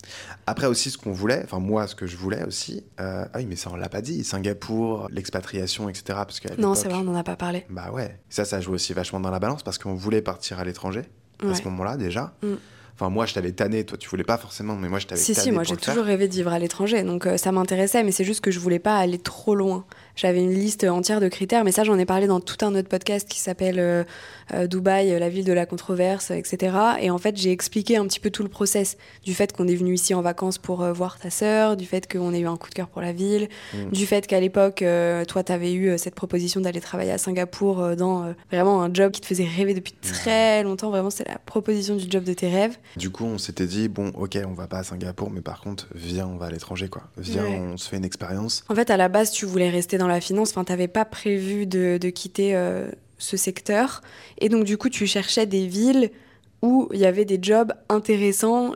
Après aussi, ce qu'on voulait, enfin moi, ce que je voulais aussi, ah oui, mais ça, on l'a pas dit, Singapour, l'expatriation, etc. Parce qu'à Non, l'époque, c'est vrai, on n'en a pas parlé. bah ouais, ça joue aussi vachement dans la balance parce qu'on voulait partir à l'étranger à ce Ouais. moment-là déjà. Mm. Enfin, moi, je t'avais tanné, toi, tu voulais pas forcément, mais moi, je t'avais Si, tanné moi pour j'ai le faire. toujours rêvé de vivre à l'étranger, donc ça m'intéressait, mais c'est juste que je voulais pas aller trop loin. J'avais une liste entière de critères, mais ça j'en ai parlé dans tout un autre podcast qui s'appelle Dubaï, la ville de la controverse, etc. Et en fait j'ai expliqué un petit peu tout le process, du fait qu'on est venu ici en vacances pour voir ta sœur, du fait qu'on ait eu un coup de cœur pour la ville, du fait qu'à l'époque, toi t'avais eu cette proposition d'aller travailler à Singapour dans vraiment un job qui te faisait rêver depuis très longtemps, vraiment c'est la proposition du job de tes rêves. Du coup, on s'était dit, bon, ok, on va pas à Singapour, mais par contre, viens, on va à l'étranger, quoi. Viens, Ouais. on se fait une expérience. En fait, à la base, tu voulais rester dans la finance, enfin, t'avais pas prévu de quitter ce secteur. Et donc, du coup, tu cherchais des villes où il y avait des jobs intéressants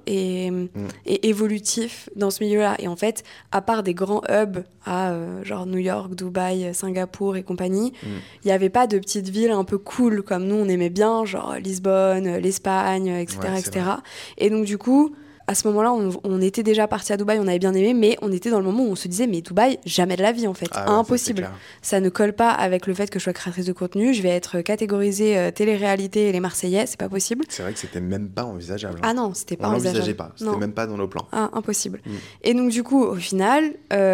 et évolutifs dans ce milieu-là. Et en fait, à part des grands hubs à genre New York, Dubaï, Singapour et compagnie, il n'y avait pas de petites villes un peu cool comme nous, on aimait bien, genre Lisbonne, l'Espagne, etc., Ouais, c'est etc. vrai. Et donc, du coup, à ce moment-là, on était déjà parti à Dubaï, on avait bien aimé, mais on était dans le moment où on se disait, mais Dubaï, jamais de la vie en fait, Ah ouais, ça, c'est impossible. clair. Ça ne colle pas avec le fait que je sois créatrice de contenu, je vais être catégorisée télé-réalité et les Marseillais, c'est pas possible. C'est vrai que c'était même pas envisageable. Ah non, c'était pas On l'envisageait envisageable. pas, c'était Non. même pas dans nos plans. Ah, impossible. Et donc du coup, au final,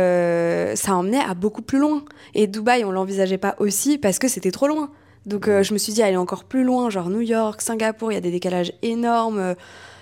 ça emmenait à beaucoup plus loin. Et Dubaï, on l'envisageait pas aussi parce que c'était trop loin. Donc je me suis dit, aller encore plus loin, genre New York, Singapour, il y a des décalages énormes.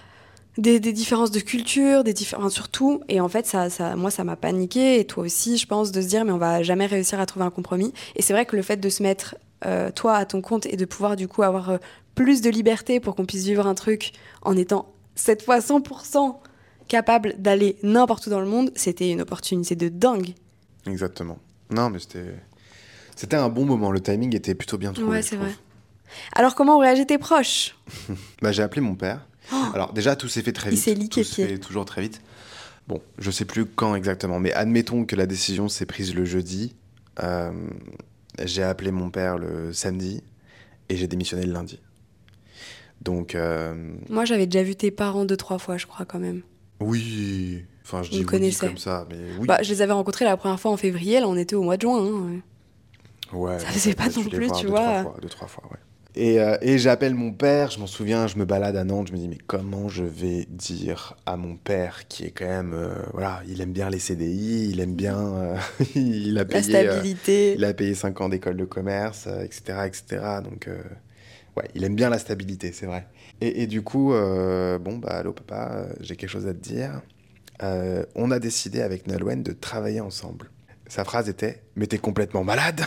Des différences de culture, des différences surtout. Et en fait, moi, ça m'a paniqué. Et toi aussi, je pense, de se dire, mais on va jamais réussir à trouver un compromis. Et c'est vrai que le fait de se mettre, toi, à ton compte et de pouvoir, du coup, avoir plus de liberté pour qu'on puisse vivre un truc en étant cette fois 100% capable d'aller n'importe où dans le monde, c'était une opportunité de dingue. Exactement. Non, mais c'était un bon moment. Le timing était plutôt bien trouvé, Ouais, je c'est trouve. vrai. Alors, comment ont réagi tes proches? Bah, j'ai appelé mon père. Alors, déjà, tout s'est fait très Il vite. s'est Tout se liquéfié. fait toujours très vite. Bon, je sais plus quand exactement, mais admettons que la décision s'est prise le jeudi. Euh, j'ai appelé mon père le samedi et j'ai démissionné le lundi. Donc, Moi, j'avais déjà vu tes parents 2-3 fois, je crois, quand même. oui. Enfin, je Ils dis me oui connaissaient. comme ça, mais oui. Bah, je les avais rencontrés la première fois en février, là, on était au mois de juin. Hein. Ouais, Ça bon, faisait pas t'as dû non les plus, voir tu deux, vois. trois fois, ouais. Et j'appelle mon père, je m'en souviens, je me balade à Nantes, je me dis, mais comment je vais dire à mon père qui est quand même, voilà, il aime bien les CDI, il aime bien, il a La payé, stabilité. il a payé 5 ans d'école de commerce, etc., etc. Donc, ouais, il aime bien la stabilité, c'est vrai. Et du coup, bon, bah, allô papa, j'ai quelque chose à te dire. On a décidé avec Nolwenn de travailler ensemble. Sa phrase était, mais t'es complètement malade.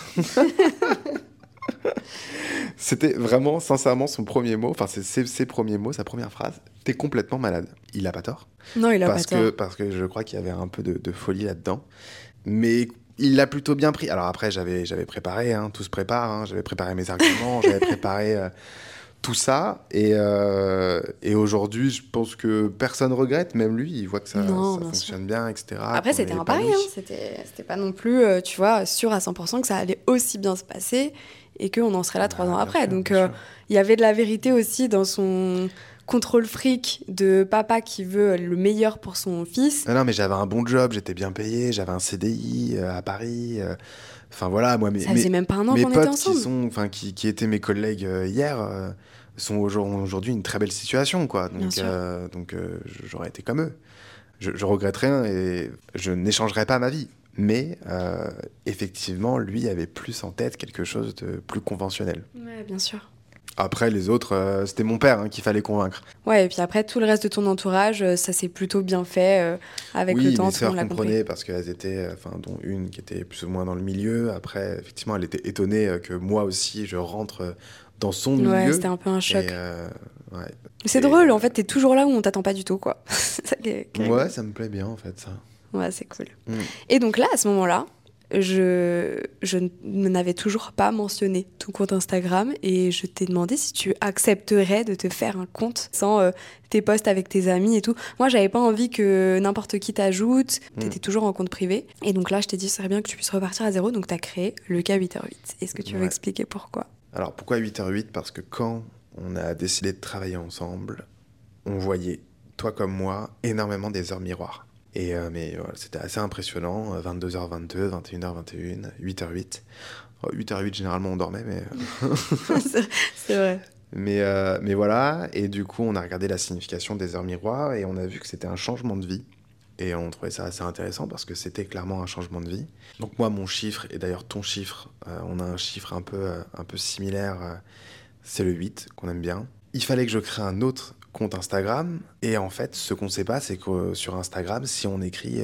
C'était vraiment, sincèrement, son premier mot, enfin, c'est ses premiers mots, sa première phrase. T'es complètement malade. Il a pas tort. Non, il a pas tort. Parce que je crois qu'il y avait un peu de folie là-dedans. Mais il l'a plutôt bien pris. Alors après, j'avais préparé, hein, tout se prépare. Hein, j'avais préparé mes arguments, j'avais préparé tout ça. Et aujourd'hui, je pense que personne regrette, même lui, il voit que Non, ça bien fonctionne bien, etc. Après, qu'on c'était est un pari, épanoui. hein. C'était pas non plus, tu vois, sûr à 100% que ça allait aussi bien se passer et qu'on en serait là 3 ans Bah, bien après. sûr, Donc, bien sûr. il y avait de la vérité aussi dans son contrôle fric de papa qui veut le meilleur pour son fils. Non, mais j'avais un bon job, j'étais bien payé, j'avais un CDI à Paris. Enfin voilà, moi, Ça faisait même pas un an mes qu'on était potes ensemble. qui étaient mes collègues hier sont aujourd'hui une très belle situation, quoi. Bien sûr. J'aurais été comme eux. Je regrette rien et je n'échangerai pas ma vie. Mais effectivement, lui avait plus en tête quelque chose de plus conventionnel. Ouais, bien sûr. Après, les autres, c'était mon père qu'il fallait convaincre. Ouais, et puis après, tout le reste de ton entourage, ça s'est plutôt bien fait avec le Oui, temps, mes tout le sœurs monde l'a compris. comprenaient parce qu'elles étaient, enfin, dont une qui était plus ou moins dans le milieu. Après, effectivement, elle était étonnée que moi aussi, je rentre dans son Ouais, milieu. c'était un peu un choc. Et, ouais. Mais c'est Et, drôle, en fait, t'es toujours là où on t'attend pas du tout, quoi. C'est ça qui est Ouais, rigolo. ça me plaît bien, en fait, ça. Ouais, c'est cool. Mm. Et donc là, à ce moment-là, je n'avais toujours pas mentionné ton compte Instagram et je t'ai demandé si tu accepterais de te faire un compte sans tes posts avec tes amis et tout. Moi, j'avais pas envie que n'importe qui t'ajoute, t'étais toujours en compte privé. Et donc là, je t'ai dit, ce serait bien que tu puisses repartir à zéro, donc t'as créé le K8h8. Est-ce que tu veux Ouais. expliquer pourquoi? Alors, pourquoi 8h08? Parce que quand on a décidé de travailler ensemble, on voyait toi comme moi, énormément des heures miroirs. Mais voilà, c'était assez impressionnant, 22h22, 21h21, 8h08. 8h08, généralement, on dormait, mais... C'est vrai. mais voilà, et du coup, on a regardé la signification des heures miroirs et on a vu que c'était un changement de vie. Et on trouvait ça assez intéressant parce que c'était clairement un changement de vie. Donc moi, mon chiffre, et d'ailleurs ton chiffre, on a un chiffre un peu similaire, c'est le 8, qu'on aime bien. Il fallait que je crée un autre compte Instagram. Et en fait, ce qu'on sait pas, c'est que sur Instagram, si on écrit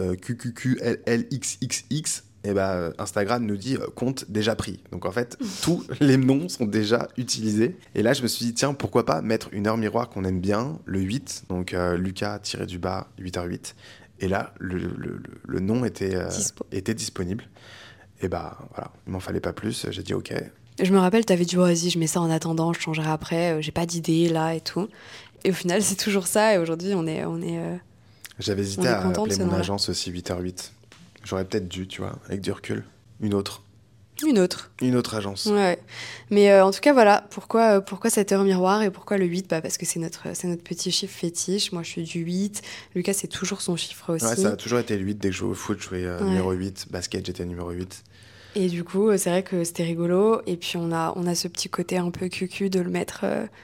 QQQLLXXX, et ben Instagram nous dit compte déjà pris. Donc en fait, tous les noms sont déjà utilisés. Et là, je me suis dit, tiens, pourquoi pas mettre une heure miroir qu'on aime bien, le 8, donc Lucas-du-bas 8h08. Et là, le nom était disponible. Et bah voilà, il m'en fallait pas plus, j'ai dit ok. Je me rappelle, t'avais dit, vas-y, je mets ça en attendant, je changerai après, j'ai pas d'idée là et tout. Et au final, c'est toujours ça, et aujourd'hui, J'avais on hésité est à content de appeler ce mon nom-là. agence aussi 8h08. J'aurais peut-être dû, tu vois, avec du recul. Une autre. Une autre. Une autre agence. Ouais. Mais en tout cas, voilà, pourquoi cette heure miroir et pourquoi le 8? Bah, parce que c'est notre petit chiffre fétiche. Moi, je suis du 8. Lucas, c'est toujours son chiffre aussi. Ouais, ça a toujours été le 8. Dès que je jouais au foot, je jouais numéro 8. Basket, j'étais numéro 8. Et du coup, c'est vrai que c'était rigolo. Et puis, on a ce petit côté un peu cucu de le mettre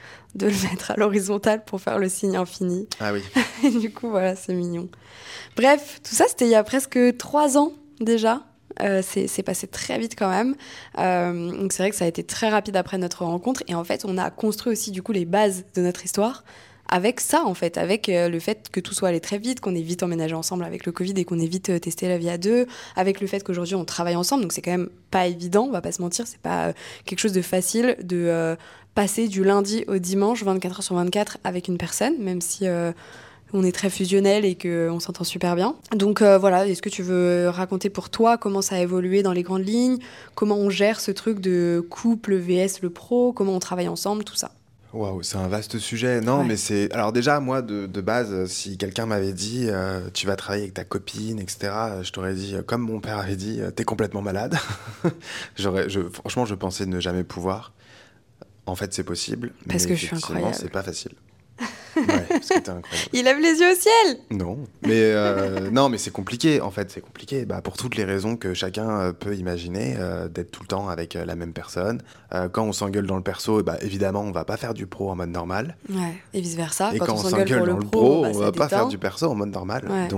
à l'horizontale pour faire le signe infini. Ah oui. Et du coup, voilà, c'est mignon. Bref, tout ça, c'était il y a presque 3 ans déjà. C'est passé très vite quand même. Donc c'est vrai que ça a été très rapide après notre rencontre. Et en fait, on a construit aussi du coup les bases de notre histoire avec ça, en fait, avec le fait que tout soit allé très vite, qu'on ait vite emménagé ensemble avec le Covid et qu'on ait vite testé la vie à deux, avec le fait qu'aujourd'hui on travaille ensemble. Donc c'est quand même pas évident, on va pas se mentir, c'est pas quelque chose de facile de passer du lundi au dimanche 24 heures sur 24 avec une personne, même si on est très fusionnel et qu'on s'entend super bien. Donc voilà, est-ce que tu veux raconter pour toi comment ça a évolué dans les grandes lignes, comment on gère ce truc de couple vs le pro, comment on travaille ensemble, tout ça? Waouh, c'est un vaste sujet. Non, Ouais. mais c'est. Alors, déjà, moi, de base, si quelqu'un m'avait dit tu vas travailler avec ta copine, etc., je t'aurais dit, comme mon père avait dit, t'es complètement malade. Franchement, je pensais ne jamais pouvoir. En fait, c'est possible. Parce mais que je suis effectivement, incroyable. c'est pas facile. Ouais, parce que t'es incroyable. Il lève les yeux au ciel! Non, mais non, mais c'est compliqué. En fait, c'est compliqué. Bah, pour toutes les raisons que chacun peut imaginer, d'être tout le temps avec la même personne. Quand on s'engueule dans le perso, bah, évidemment, on va pas faire du pro en mode normal. Ouais, et vice-versa. Et quand on on s'engueule s'engueule pour dans le le pro, pro, bah, on ça va pas faire déteint. du perso en mode normal. Ouais.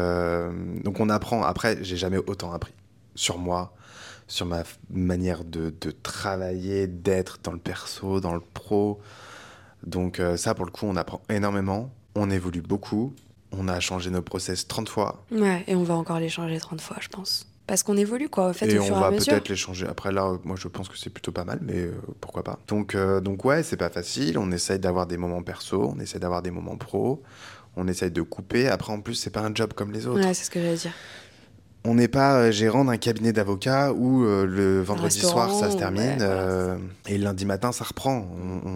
Donc on apprend. Après, j'ai jamais autant appris sur moi, sur ma manière de travailler, d'être dans le perso, dans le pro. Donc ça, pour le coup, on apprend énormément. On évolue beaucoup. On a changé nos process 30 fois. Ouais, et on va encore les changer 30 fois, je pense. Parce qu'on évolue, quoi, en fait, Et au on fur et à va mesure. peut-être les changer. Après, là, moi, je pense que c'est plutôt pas mal, mais pourquoi pas. Donc ouais, c'est pas facile. On essaye d'avoir des moments perso, on essaie d'avoir des moments pro. On essaye de couper. Après, en plus, c'est pas un job comme les autres. Ouais, c'est ce que j'allais dire. On n'est pas gérant d'un cabinet d'avocat où le vendredi soir ça se termine ouais, voilà, et le lundi matin ça reprend.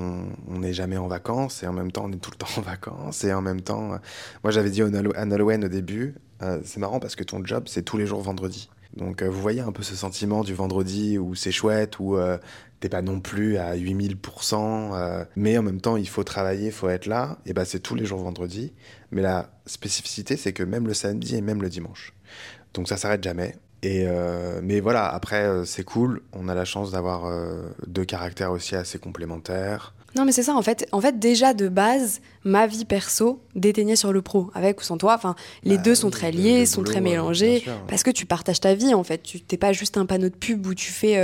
On n'est jamais en vacances et en même temps on est tout le temps en vacances et en même temps. Moi j'avais dit à Nolwenn au début, c'est marrant parce que ton job c'est tous les jours vendredi. Donc vous voyez un peu ce sentiment du vendredi où c'est chouette, où t'es pas non plus à 8000%, mais en même temps il faut travailler, il faut être là, et bah c'est tous les jours vendredi. Mais la spécificité c'est que même le samedi et même le dimanche. Donc ça s'arrête jamais. Mais voilà, après, c'est cool. On a la chance d'avoir deux caractères aussi assez complémentaires. Non, mais c'est ça, en fait, déjà de base, ma vie perso déteignait sur le pro, avec ou sans toi. Enfin, les deux sont Oui, très liés, le sont boulot, très bien mélangés, sûr. parce que tu partages ta vie, en fait. Tu t'es pas juste un panneau de pub où tu fais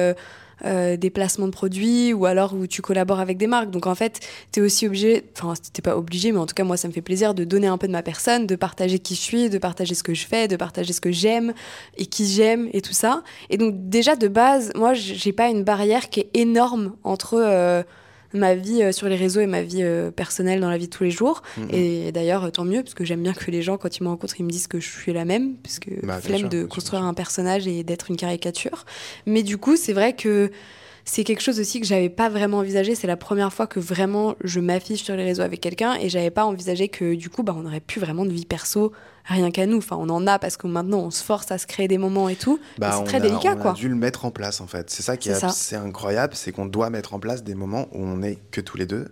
des placements de produits ou alors où tu collabores avec des marques. Donc en fait, t'es aussi obligé, enfin, t'es pas obligé, mais en tout cas, moi, ça me fait plaisir de donner un peu de ma personne, de partager qui je suis, de partager ce que je fais, de partager ce que j'aime et qui j'aime et tout ça. Et donc, déjà de base, moi, j'ai pas une barrière qui est énorme entre ma vie sur les réseaux et ma vie personnelle dans la vie de tous les jours. Et d'ailleurs, tant mieux, parce que j'aime bien que les gens, quand ils me rencontrent, ils me disent que je suis la même, parce que flemme de construire un personnage et d'être une caricature. Mais du coup, c'est vrai que c'est quelque chose aussi que j'avais pas vraiment envisagé. C'est la première fois que vraiment je m'affiche sur les réseaux avec quelqu'un et j'avais pas envisagé que du coup, on n'aurait plus vraiment de vie perso rien qu'à nous. Enfin, on en a parce que maintenant on se force à se créer des moments et tout. Mais c'est très délicat, quoi. On a dû le mettre en place en fait. C'est ça qui est assez incroyable, c'est qu'on doit mettre en place des moments où on n'est que tous les deux.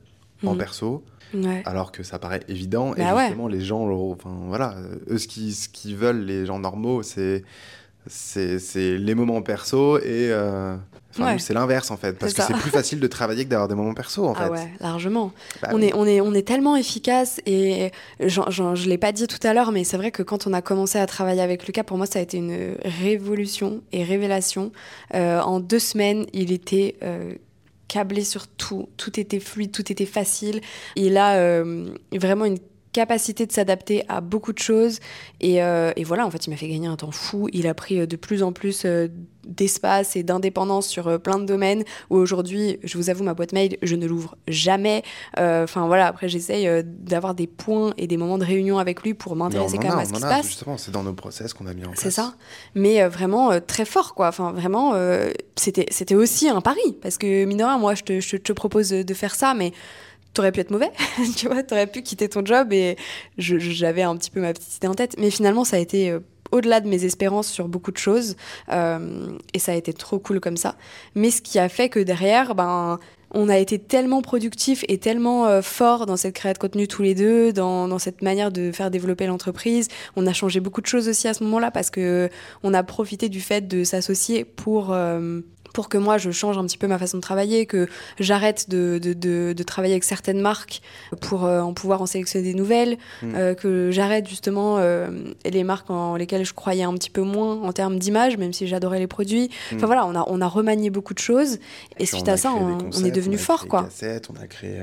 en perso, alors que ça paraît évident. Et justement, les gens, eux, ce qu'ils veulent, les gens normaux, c'est les moments perso et nous, c'est l'inverse en fait, parce que c'est plus facile de travailler que d'avoir des moments perso en fait. Ah ouais, largement. On est tellement efficace et je l'ai pas dit tout à l'heure, mais c'est vrai que quand on a commencé à travailler avec Lucas, pour moi ça a été une révolution et révélation. En 2 semaines, il était câblé sur tout était fluide, tout était facile. Il a vraiment une capacité de s'adapter à beaucoup de choses et voilà, en fait il m'a fait gagner un temps fou. Il a pris de plus en plus d'espace et d'indépendance sur plein de domaines où aujourd'hui, je vous avoue, ma boîte mail, je ne l'ouvre jamais. Voilà, après j'essaye d'avoir des points et des moments de réunion avec lui pour m'intéresser quand même à ce qui se passe. Justement, c'est dans nos process qu'on a mis en place. C'est ça, mais vraiment très fort quoi. Enfin vraiment, c'était aussi un pari parce que mine de rien, moi je te propose de faire ça, mais t'aurais pu être mauvais, tu vois, t'aurais pu quitter ton job et j'avais un petit peu ma petite idée en tête. Mais finalement, ça a été au-delà de mes espérances sur beaucoup de choses et ça a été trop cool comme ça. Mais ce qui a fait que derrière, on a été tellement productifs et tellement forts dans cette création de contenu tous les deux, dans cette manière de faire développer l'entreprise. On a changé beaucoup de choses aussi à ce moment-là parce qu'on a profité du fait de s'associer pour que moi je change un petit peu ma façon de travailler, que j'arrête de travailler avec certaines marques pour en pouvoir en sélectionner des nouvelles, que j'arrête justement les marques en lesquelles je croyais un petit peu moins en termes d'image, même si j'adorais les produits. Enfin voilà, on a remanié beaucoup de choses et suite à ça, on est devenu fort quoi. Cassettes, on a créé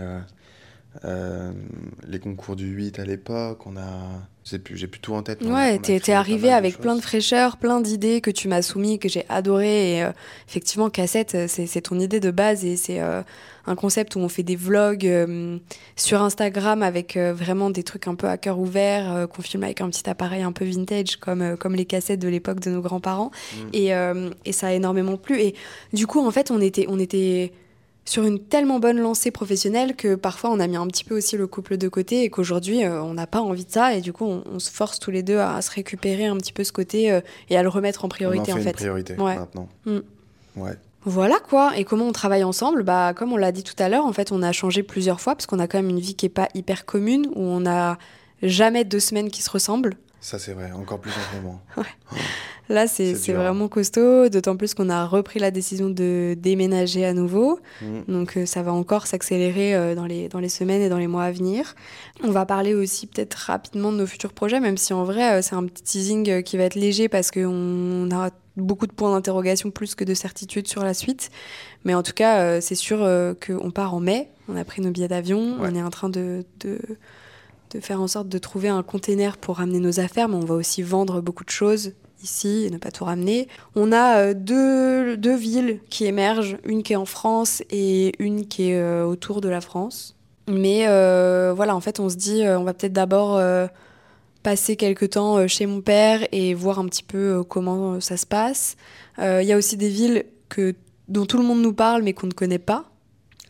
les concours du 8 à l'époque, j'ai plus tout en tête. Ouais, t'es arrivé avec plein de fraîcheur, plein d'idées que tu m'as soumis, que j'ai adoré. Et effectivement, Cassette, c'est ton idée de base et c'est un concept où on fait des vlogs sur Instagram avec vraiment des trucs un peu à cœur ouvert, qu'on filme avec un petit appareil un peu vintage comme les cassettes de l'époque de nos grands-parents. Et ça a énormément plu. Et du coup, en fait, on était sur une tellement bonne lancée professionnelle que parfois on a mis un petit peu aussi le couple de côté et qu'aujourd'hui on n'a pas envie de ça et du coup on se force tous les deux à se récupérer un petit peu ce côté et à le remettre en priorité on en fait en fait. Une priorité maintenant. Ouais. Voilà quoi, et comment on travaille ensemble ? Comme on l'a dit tout à l'heure, en fait on a changé plusieurs fois parce qu'on a quand même une vie qui est pas hyper commune où on n'a jamais 2 semaines qui se ressemblent. Ça c'est vrai, encore plus en ce moment. Ouais. Là, c'est vraiment costaud, d'autant plus qu'on a repris la décision de déménager à nouveau. Donc, ça va encore s'accélérer dans les semaines et dans les mois à venir. On va parler aussi peut-être rapidement de nos futurs projets, même si en vrai, c'est un petit teasing qui va être léger parce qu'on a beaucoup de points d'interrogation plus que de certitude sur la suite. Mais en tout cas, c'est sûr qu'on part en mai. On a pris nos billets d'avion. Ouais. On est en train de faire en sorte de trouver un container pour ramener nos affaires, mais on va aussi vendre beaucoup de choses ici et ne pas tout ramener. On a deux villes qui émergent, une qui est en France et une qui est autour de la France. Mais voilà, en fait, on se dit, on va peut-être d'abord passer quelques temps chez mon père et voir un petit peu comment ça se passe. Il y a aussi des villes dont tout le monde nous parle, mais qu'on ne connaît pas. Lesquelles ?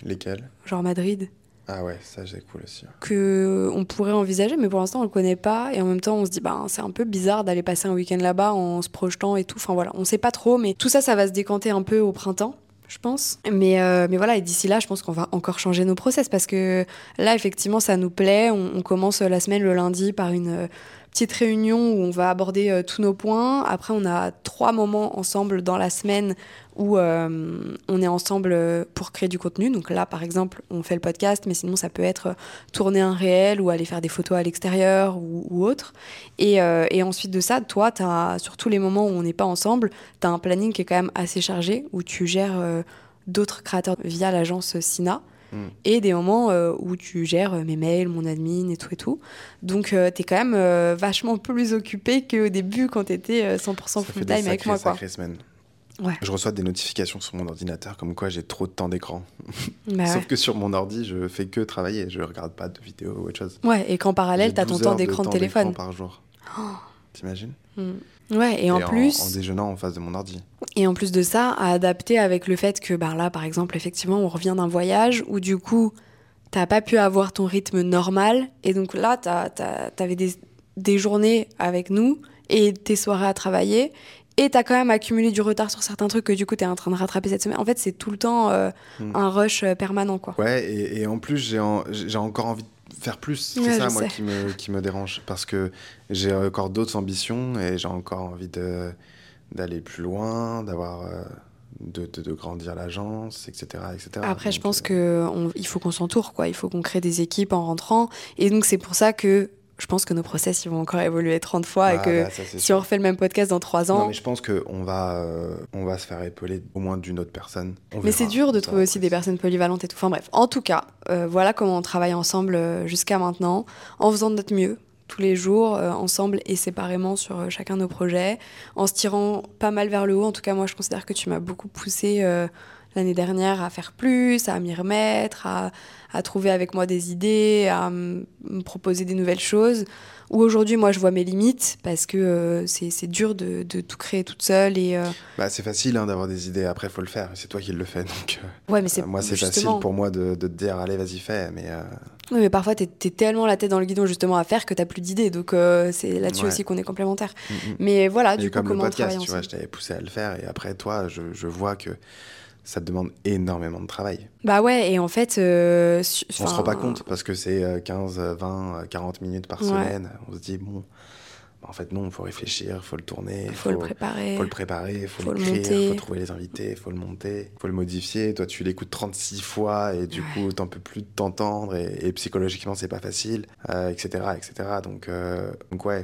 Genre Madrid. Ah ouais, ça c'est cool aussi. Qu'on pourrait envisager, mais pour l'instant on le connaît pas. Et en même temps on se dit, c'est un peu bizarre d'aller passer un week-end là-bas en se projetant et tout. Enfin voilà, on sait pas trop, mais tout ça, ça va se décanter un peu au printemps, je pense. Mais voilà, et d'ici là, je pense qu'on va encore changer nos process parce que là, effectivement, ça nous plaît. On commence la semaine le lundi par une petite réunion où on va aborder tous nos points. Après, on a 3 moments ensemble dans la semaine où on est ensemble pour créer du contenu. Donc là, par exemple, on fait le podcast, mais sinon, ça peut être tourner un réel ou aller faire des photos à l'extérieur ou autre. Et ensuite de ça, toi, sur tous les moments où on n'est pas ensemble, tu as un planning qui est quand même assez chargé, où tu gères d'autres créateurs via l'agence Sina. Et des moments où tu gères mes mails, mon admin et tout. Donc, t'es quand même vachement plus occupé qu'au début quand t'étais 100% full-time avec moi. Ça fait des sacrées semaines. Ouais. Je reçois des notifications sur mon ordinateur comme quoi j'ai trop de temps d'écran. Sauf que sur mon ordi, je fais que travailler. Je regarde pas de vidéos ou autre chose. Ouais, et qu'en parallèle, t'as ton temps d'écran de téléphone. 12 heures par jour. T'imagines ? Ouais, et en plus... En déjeunant en face de mon ordi. Et en plus de ça, à adapter avec le fait que là, par exemple, effectivement, on revient d'un voyage où du coup, t'as pas pu avoir ton rythme normal. Et donc là, t'avais des journées avec nous et tes soirées à travailler. et t'as quand même accumulé du retard sur certains trucs que du coup t'es en train de rattraper cette semaine. En fait, c'est tout le temps un rush permanent, quoi. Ouais, et en plus, j'ai encore envie de faire plus. C'est Ouais, ça, je moi, sais. qui me dérange. Parce que j'ai encore d'autres ambitions et j'ai encore envie d'aller plus loin, de grandir l'agence, etc., etc. Après, je Donc, pense il faut qu'on s'entoure, quoi. Il faut qu'on crée des équipes en rentrant. Et donc, c'est pour ça que je pense que nos process, ils vont encore évoluer 30 fois et que ça, c'est si on sûr. refait le même podcast dans 3 Non, ans. mais je pense on va se faire épauler au moins d'une autre personne. On Mais c'est verra. dur de Ça, trouver aussi après, des personnes polyvalentes et tout. Enfin bref, en tout cas, voilà comment on travaille ensemble jusqu'à maintenant, en faisant de notre mieux tous les jours, ensemble et séparément sur chacun de nos projets, en se tirant pas mal vers le haut. En tout cas, moi, je considère que tu m'as beaucoup poussé l'année dernière à faire plus, à m'y remettre, à trouver avec moi des idées, à me proposer des nouvelles choses. Où aujourd'hui, moi, je vois mes limites parce que c'est dur de tout créer toute seule et Bah, c'est facile hein, d'avoir des idées. Après, il faut le faire. C'est toi qui le fais. Donc, ouais, mais c'est moi, c'est facile justement. pour moi de te dire, allez, vas-y, fais. Mais Oui, mais parfois, t'es tellement la tête dans le guidon justement à faire que t'as plus d'idées. Donc, c'est là-dessus ouais. aussi qu'on est complémentaires. Mm, mm. Mais voilà, Et du coup, comme le comment on travaille podcast, tu vois, ensemble? je t'avais poussé à le faire. Et après, toi, je vois que ça te demande énormément de travail. Bah ouais, et en fait, On se rend pas compte parce que c'est 15, 20, 40 minutes par ouais, semaine. On se dit, bon, en fait, non, il faut réfléchir, il faut le tourner, il faut le faut préparer, le préparer, il faut faut le l'écrire, il faut monter. trouver les invités, il faut le monter, il faut le modifier. Toi, tu l'écoutes 36 fois et du coup, t'en peux plus de t'entendre et psychologiquement, c'est pas facile, etc., etc. Donc ouais,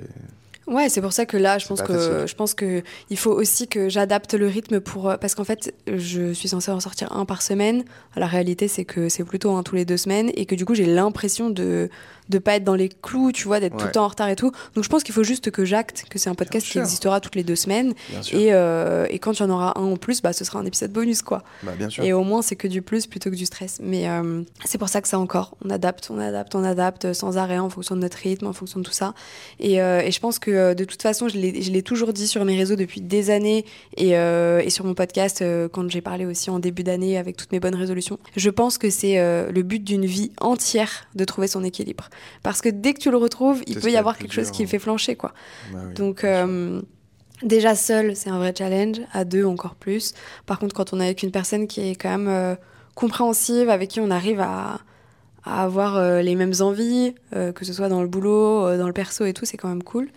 Ouais, c'est pour ça que là, c'est pas facile. je pense que il faut aussi que j'adapte le rythme pour parce qu'en fait, je suis censée en sortir un par semaine. La réalité, c'est que c'est plutôt un tous les 2 semaines et que du coup, j'ai l'impression de pas être dans les clous, tu vois, d'être tout le Ouais, temps en retard et tout. Donc, je pense qu'il faut juste que j'acte que c'est un bien podcast qui sûr, existera toutes les 2 semaines bien sûr, et quand il y en aura un en plus, bah, ce sera un épisode bonus, quoi. bah bien sûr. Et au moins, c'est que du plus plutôt que du stress. Mais c'est pour ça que ça encore, on adapte, on adapte, on adapte sans arrêt en fonction de notre rythme, en fonction de tout ça. Et je pense que de toute façon, je l'ai toujours dit sur mes réseaux depuis des années et sur mon podcast quand j'ai parlé aussi en début d'année avec toutes mes bonnes résolutions. Je pense que c'est le but d'une vie entière de trouver son équilibre. Parce que dès que tu le retrouves, il C'est ce peut qu'il y y a de avoir plus quelque chose dur, qui hein. fait flancher, quoi. Bah oui, Donc, bien sûr. déjà seul, c'est un vrai challenge. À deux, encore plus. Par contre, quand on est avec une personne qui est quand même compréhensive, avec qui on arrive à avoir les mêmes envies, que ce soit dans le boulot, dans le perso et tout, c'est quand même cool.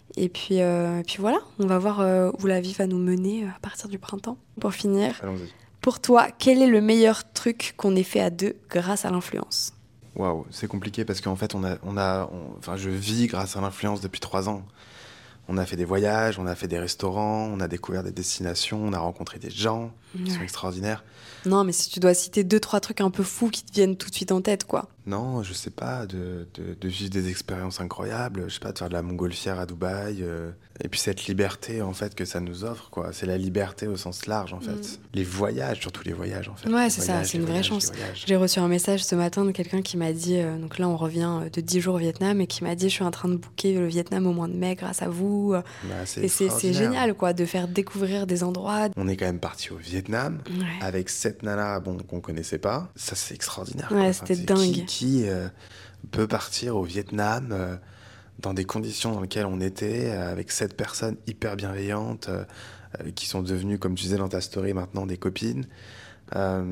Et puis voilà, on va voir où la vie va nous mener à partir du printemps. Pour finir, Allons-y. pour toi, quel est le meilleur truc qu'on ait fait à deux grâce à l'influence? Waouh, c'est compliqué parce qu'en fait, enfin, je vis grâce à l'influence depuis 3 ans. On a fait des voyages, on a fait des restaurants, on a découvert des destinations, on a rencontré des gens qui sont Ouais. extraordinaires. Non, mais si tu dois citer 2, 3 trucs un peu fous qui te viennent tout de suite en tête, quoi. Non, je sais pas, de vivre des expériences incroyables, je sais pas, de faire de la montgolfière à Dubaï, et puis cette liberté en fait que ça nous offre, quoi. C'est la liberté au sens large en fait. Les voyages, surtout les voyages en fait. Ouais, Les c'est ça, voyages, c'est les une vraie voyages, les chance. voyages. J'ai reçu un message ce matin de quelqu'un qui m'a dit, donc là on revient de 10 jours au Vietnam, et qui m'a dit je suis en train de booker le Vietnam au mois de mai grâce à vous. Bah, c'est Et c'est extraordinaire. génial, quoi, de faire découvrir des endroits. On est quand même parti au Vietnam Ouais, avec cette nana bon, qu'on connaissait pas. Ça, c'est extraordinaire, quoi. ouais, Enfin, c'était dingue. qui peut partir au Vietnam dans des conditions dans lesquelles on était, avec 7 personnes hyper bienveillantes qui sont devenues, comme tu disais dans ta story, maintenant des copines. Euh,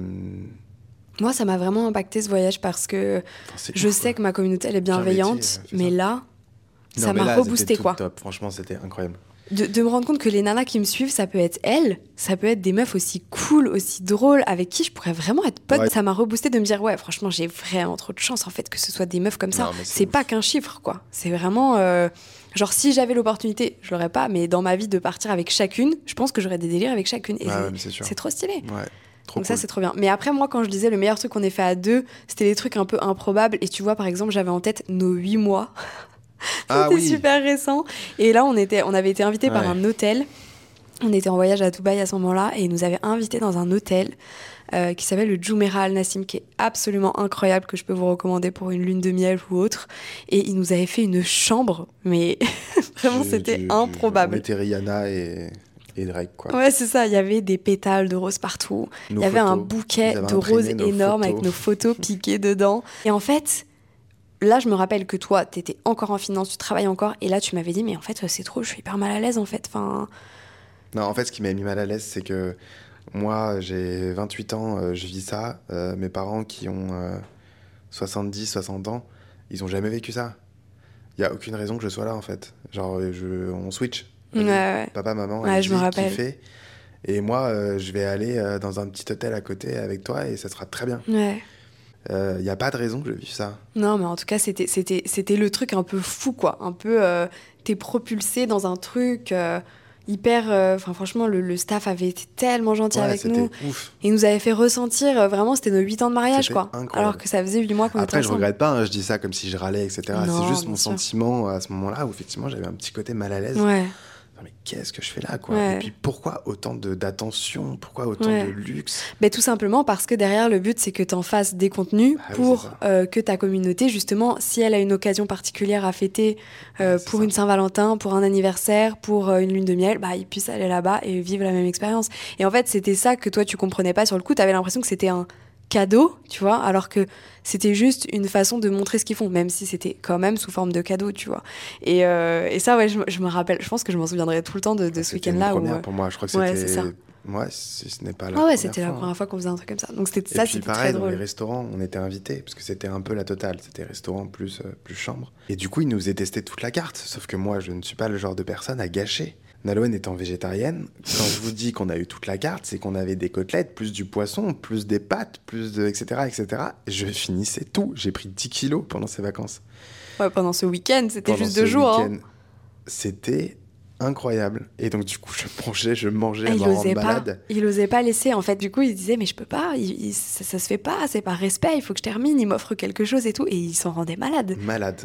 Moi, ça m'a vraiment impacté ce voyage parce que enfin, c'est je ouf, sais quoi. que ma communauté, elle est Qu'un métier, bienveillante, c'est mais ça. là, Non, ça mais m'a là, elles étaient reboosté, toutes quoi. top. Franchement, c'était incroyable. De me rendre compte que les nanas qui me suivent, ça peut être elles, ça peut être des meufs aussi cool, aussi drôles, avec qui je pourrais vraiment être pote. Ouais. Ça m'a reboosté de me dire, ouais, franchement, j'ai vraiment trop de chance, en fait, que ce soit des meufs comme ça. Non, mais c'est C'est ouf. pas qu'un chiffre, quoi. C'est vraiment... genre, si j'avais l'opportunité, je l'aurais pas, mais dans ma vie, de partir avec chacune, je pense que j'aurais des délires avec chacune. Et Ouais, mais c'est sûr. c'est trop stylé. Ouais, trop Donc ça, cool. c'est trop bien. Mais après, moi, quand je disais le meilleur truc qu'on ait fait à deux, c'était des trucs un peu improbables. Et tu vois, par exemple, j'avais en tête nos 8 mois. Ah C'était oui. super récent. Et là, on avait été invités par Ouais. un hôtel. On était en voyage à Dubaï à ce moment-là et ils nous avaient invités dans un hôtel qui s'appelle le Jumeirah Al Nassim, qui est absolument incroyable, que je peux vous recommander pour une lune de miel ou autre. Et ils nous avaient fait une chambre, mais vraiment, c'était On improbable. était Rihanna et Drake, quoi. Ouais, c'est ça. Il y avait des pétales de roses partout. Nos Il y avait un photos. bouquet Ils avaient de roses imprimé nos énorme photos. avec nos photos piquées dedans. Et en fait, là, je me rappelle que toi, t'étais encore en finance, tu travailles encore. Et là, tu m'avais dit, mais en fait, c'est trop, je suis hyper mal à l'aise, en fait. Enfin, Non, en fait, ce qui m'a mis mal à l'aise, c'est que moi, j'ai 28 ans, je vis ça. Mes parents qui ont 70, 60 ans, ils ont jamais vécu ça. Il y a aucune raison que je sois là, en fait. Genre, on switch. Ouais, Vas-y. ouais. Papa, maman, Ouais, je me allez-y, rappelle. kiffez. Et moi, je vais aller dans un petit hôtel à côté avec toi et ça sera très bien. Ouais. Il n'y a pas de raison que je vive ça. Non, mais en tout cas, c'était le truc un peu fou, quoi. Un peu, t'es propulsé dans un truc hyper... Enfin, franchement, le staff avait été tellement gentil Ouais, avec c'était nous. ouf. Et nous avait fait ressentir, vraiment, c'était nos 8 ans de mariage, C'était quoi. incroyable. Alors que ça faisait 8 mois qu'on était Après, je ensemble. regrette pas, hein, je dis ça comme si je râlais, etc. C'est Non, juste bien mon sûr. sentiment à ce moment-là où effectivement j'avais un petit côté mal à l'aise. Ouais. Non, mais qu'est-ce que je fais là, quoi? Ouais. Et puis pourquoi autant d'attention? Pourquoi autant Ouais. de luxe? Ben, tout simplement parce que derrière, le but, c'est que tu en fasses des contenus Ah oui, pour c'est ça. que ta communauté, justement, si elle a une occasion particulière à fêter Ouais, c'est pour ça. une Saint-Valentin, pour un anniversaire, pour une lune de miel, bah, ils puissent aller là-bas et vivre la même expérience. Et en fait, c'était ça que toi, tu comprenais pas sur le coup. Tu avais l'impression que c'était un cadeau, tu vois, alors que c'était juste une façon de montrer ce qu'ils font, même si c'était quand même sous forme de cadeau, tu vois. Et ça, ouais, je me rappelle, je pense que je m'en souviendrai tout le temps de ce C'était une week-end-là. première pour moi. Je crois que Ouais, c'était. c'est ça. Ouais, si ce n'est pas la Ah ouais, première c'était la fois, hein. première fois qu'on faisait un truc comme ça. Donc Et ça, puis c'était pareil, très dans les drôle. restaurants, on était invités, parce que c'était un peu la totale. C'était restaurant plus chambre. Et du coup, ils nous faisaient tester toute la carte. Sauf que moi, je ne suis pas le genre de personne à gâcher. Nalouen étant végétarienne, quand je vous dis qu'on a eu toute la carte, c'est qu'on avait des côtelettes, plus du poisson, plus des pâtes, etc., etc. Je finissais tout. J'ai pris 10 kilos pendant ces vacances. Ouais, pendant ce week-end, c'était Pendant juste ce 2 jours. Hein. week-end, c'était incroyable. Et donc, du coup, je mangeais Ah, à il m'en rendre osait pas. malade. Il osait pas laisser. En fait, du coup, il se disait, mais je peux pas. Ça se fait pas. C'est par respect. Il faut que je termine. Il m'offre quelque chose et tout. Et il s'en rendait malade. Malade.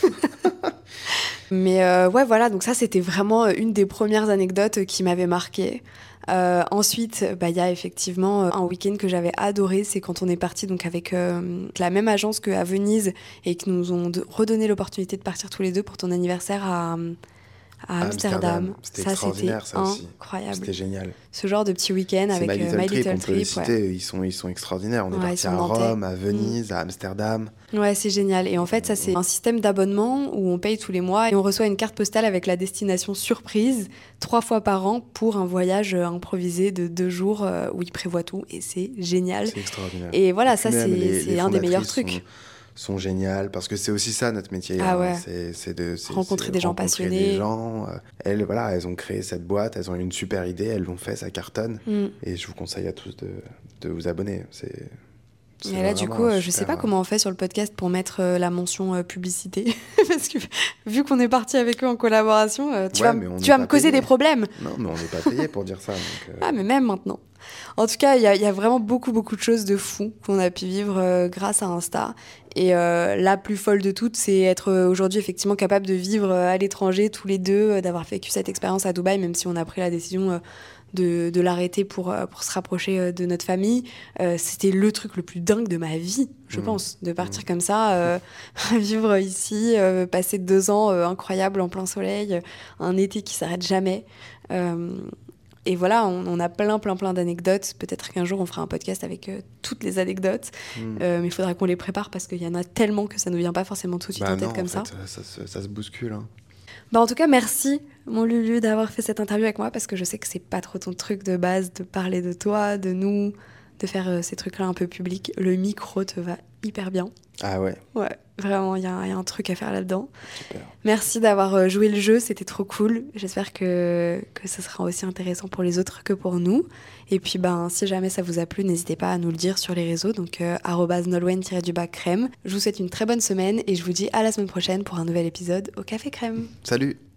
Mais ouais, voilà. Donc ça, c'était vraiment une des premières anecdotes qui m'avait marquée. Ensuite, bah, y a effectivement un week-end que j'avais adoré. C'est quand on est parti donc avec la même agence qu'à Venise et qui nous ont redonné l'opportunité de partir tous les deux pour ton anniversaire à Amsterdam. C'était Ça, extraordinaire, ça aussi. incroyable. C'était génial. Ce genre de petit week-end C'est avec My Little Trip, on peut les Trip. Ouais. citer, ils sont extraordinaires. On est Ouais, parti ils sont à nantais. Rome, à Venise, à Amsterdam. Ouais, c'est génial. Et en fait, ça, c'est un système d'abonnement où on paye tous les mois et on reçoit une carte postale avec la destination surprise 3 fois par an pour un voyage improvisé de 2 jours où ils prévoient tout. Et c'est génial. C'est extraordinaire. Et voilà, Et ça, puis même, c'est un des meilleurs fondatrices trucs. sont géniales parce que c'est aussi ça notre métier. Ah hein. ouais. Rencontrer des gens passionnés. Des gens. Elles, voilà, elles ont créé cette boîte, elles ont eu une super idée, elles l'ont fait, ça cartonne. Et je vous conseille à tous de vous abonner. Et là, du coup, je sais pas comment on fait sur le podcast pour mettre la mention publicité. Parce que vu qu'on est parti avec eux en collaboration, tu vas me causer des problèmes. Non, mais on n'est pas payé pour dire ça. Donc, Ah, mais même maintenant. En tout cas, il y a vraiment beaucoup de choses de fou qu'on a pu vivre grâce à Insta. Et la plus folle de toutes, c'est être aujourd'hui effectivement capable de vivre à l'étranger tous les deux, d'avoir vécu cette expérience à Dubaï, même si on a pris la décision de l'arrêter pour se rapprocher de notre famille. C'était le truc le plus dingue de ma vie, je pense, de partir comme ça, vivre ici, passer 2 ans incroyables en plein soleil, un été qui s'arrête jamais. Et voilà, on a plein d'anecdotes. Peut-être qu'un jour, on fera un podcast avec toutes les anecdotes. Mais il faudra qu'on les prépare parce qu'il y en a tellement que ça ne vient pas forcément tout de suite en tête comme ça. Ça se bouscule. Hein. Bah, en tout cas, merci, mon Lulu, d'avoir fait cette interview avec moi parce que je sais que c'est pas trop ton truc de base de parler de toi, de nous, de faire ces trucs-là un peu publics. Le micro te va hyper bien. Ah ouais. Ouais, vraiment, il y a un truc à faire là-dedans. Super. Merci d'avoir joué le jeu, c'était trop cool. J'espère que ce sera aussi intéressant pour les autres que pour nous. Et puis, si jamais ça vous a plu, n'hésitez pas à nous le dire sur les réseaux, donc @nolwenn_crème. Je vous souhaite une très bonne semaine et je vous dis à la semaine prochaine pour un nouvel épisode au Café Crème. Salut.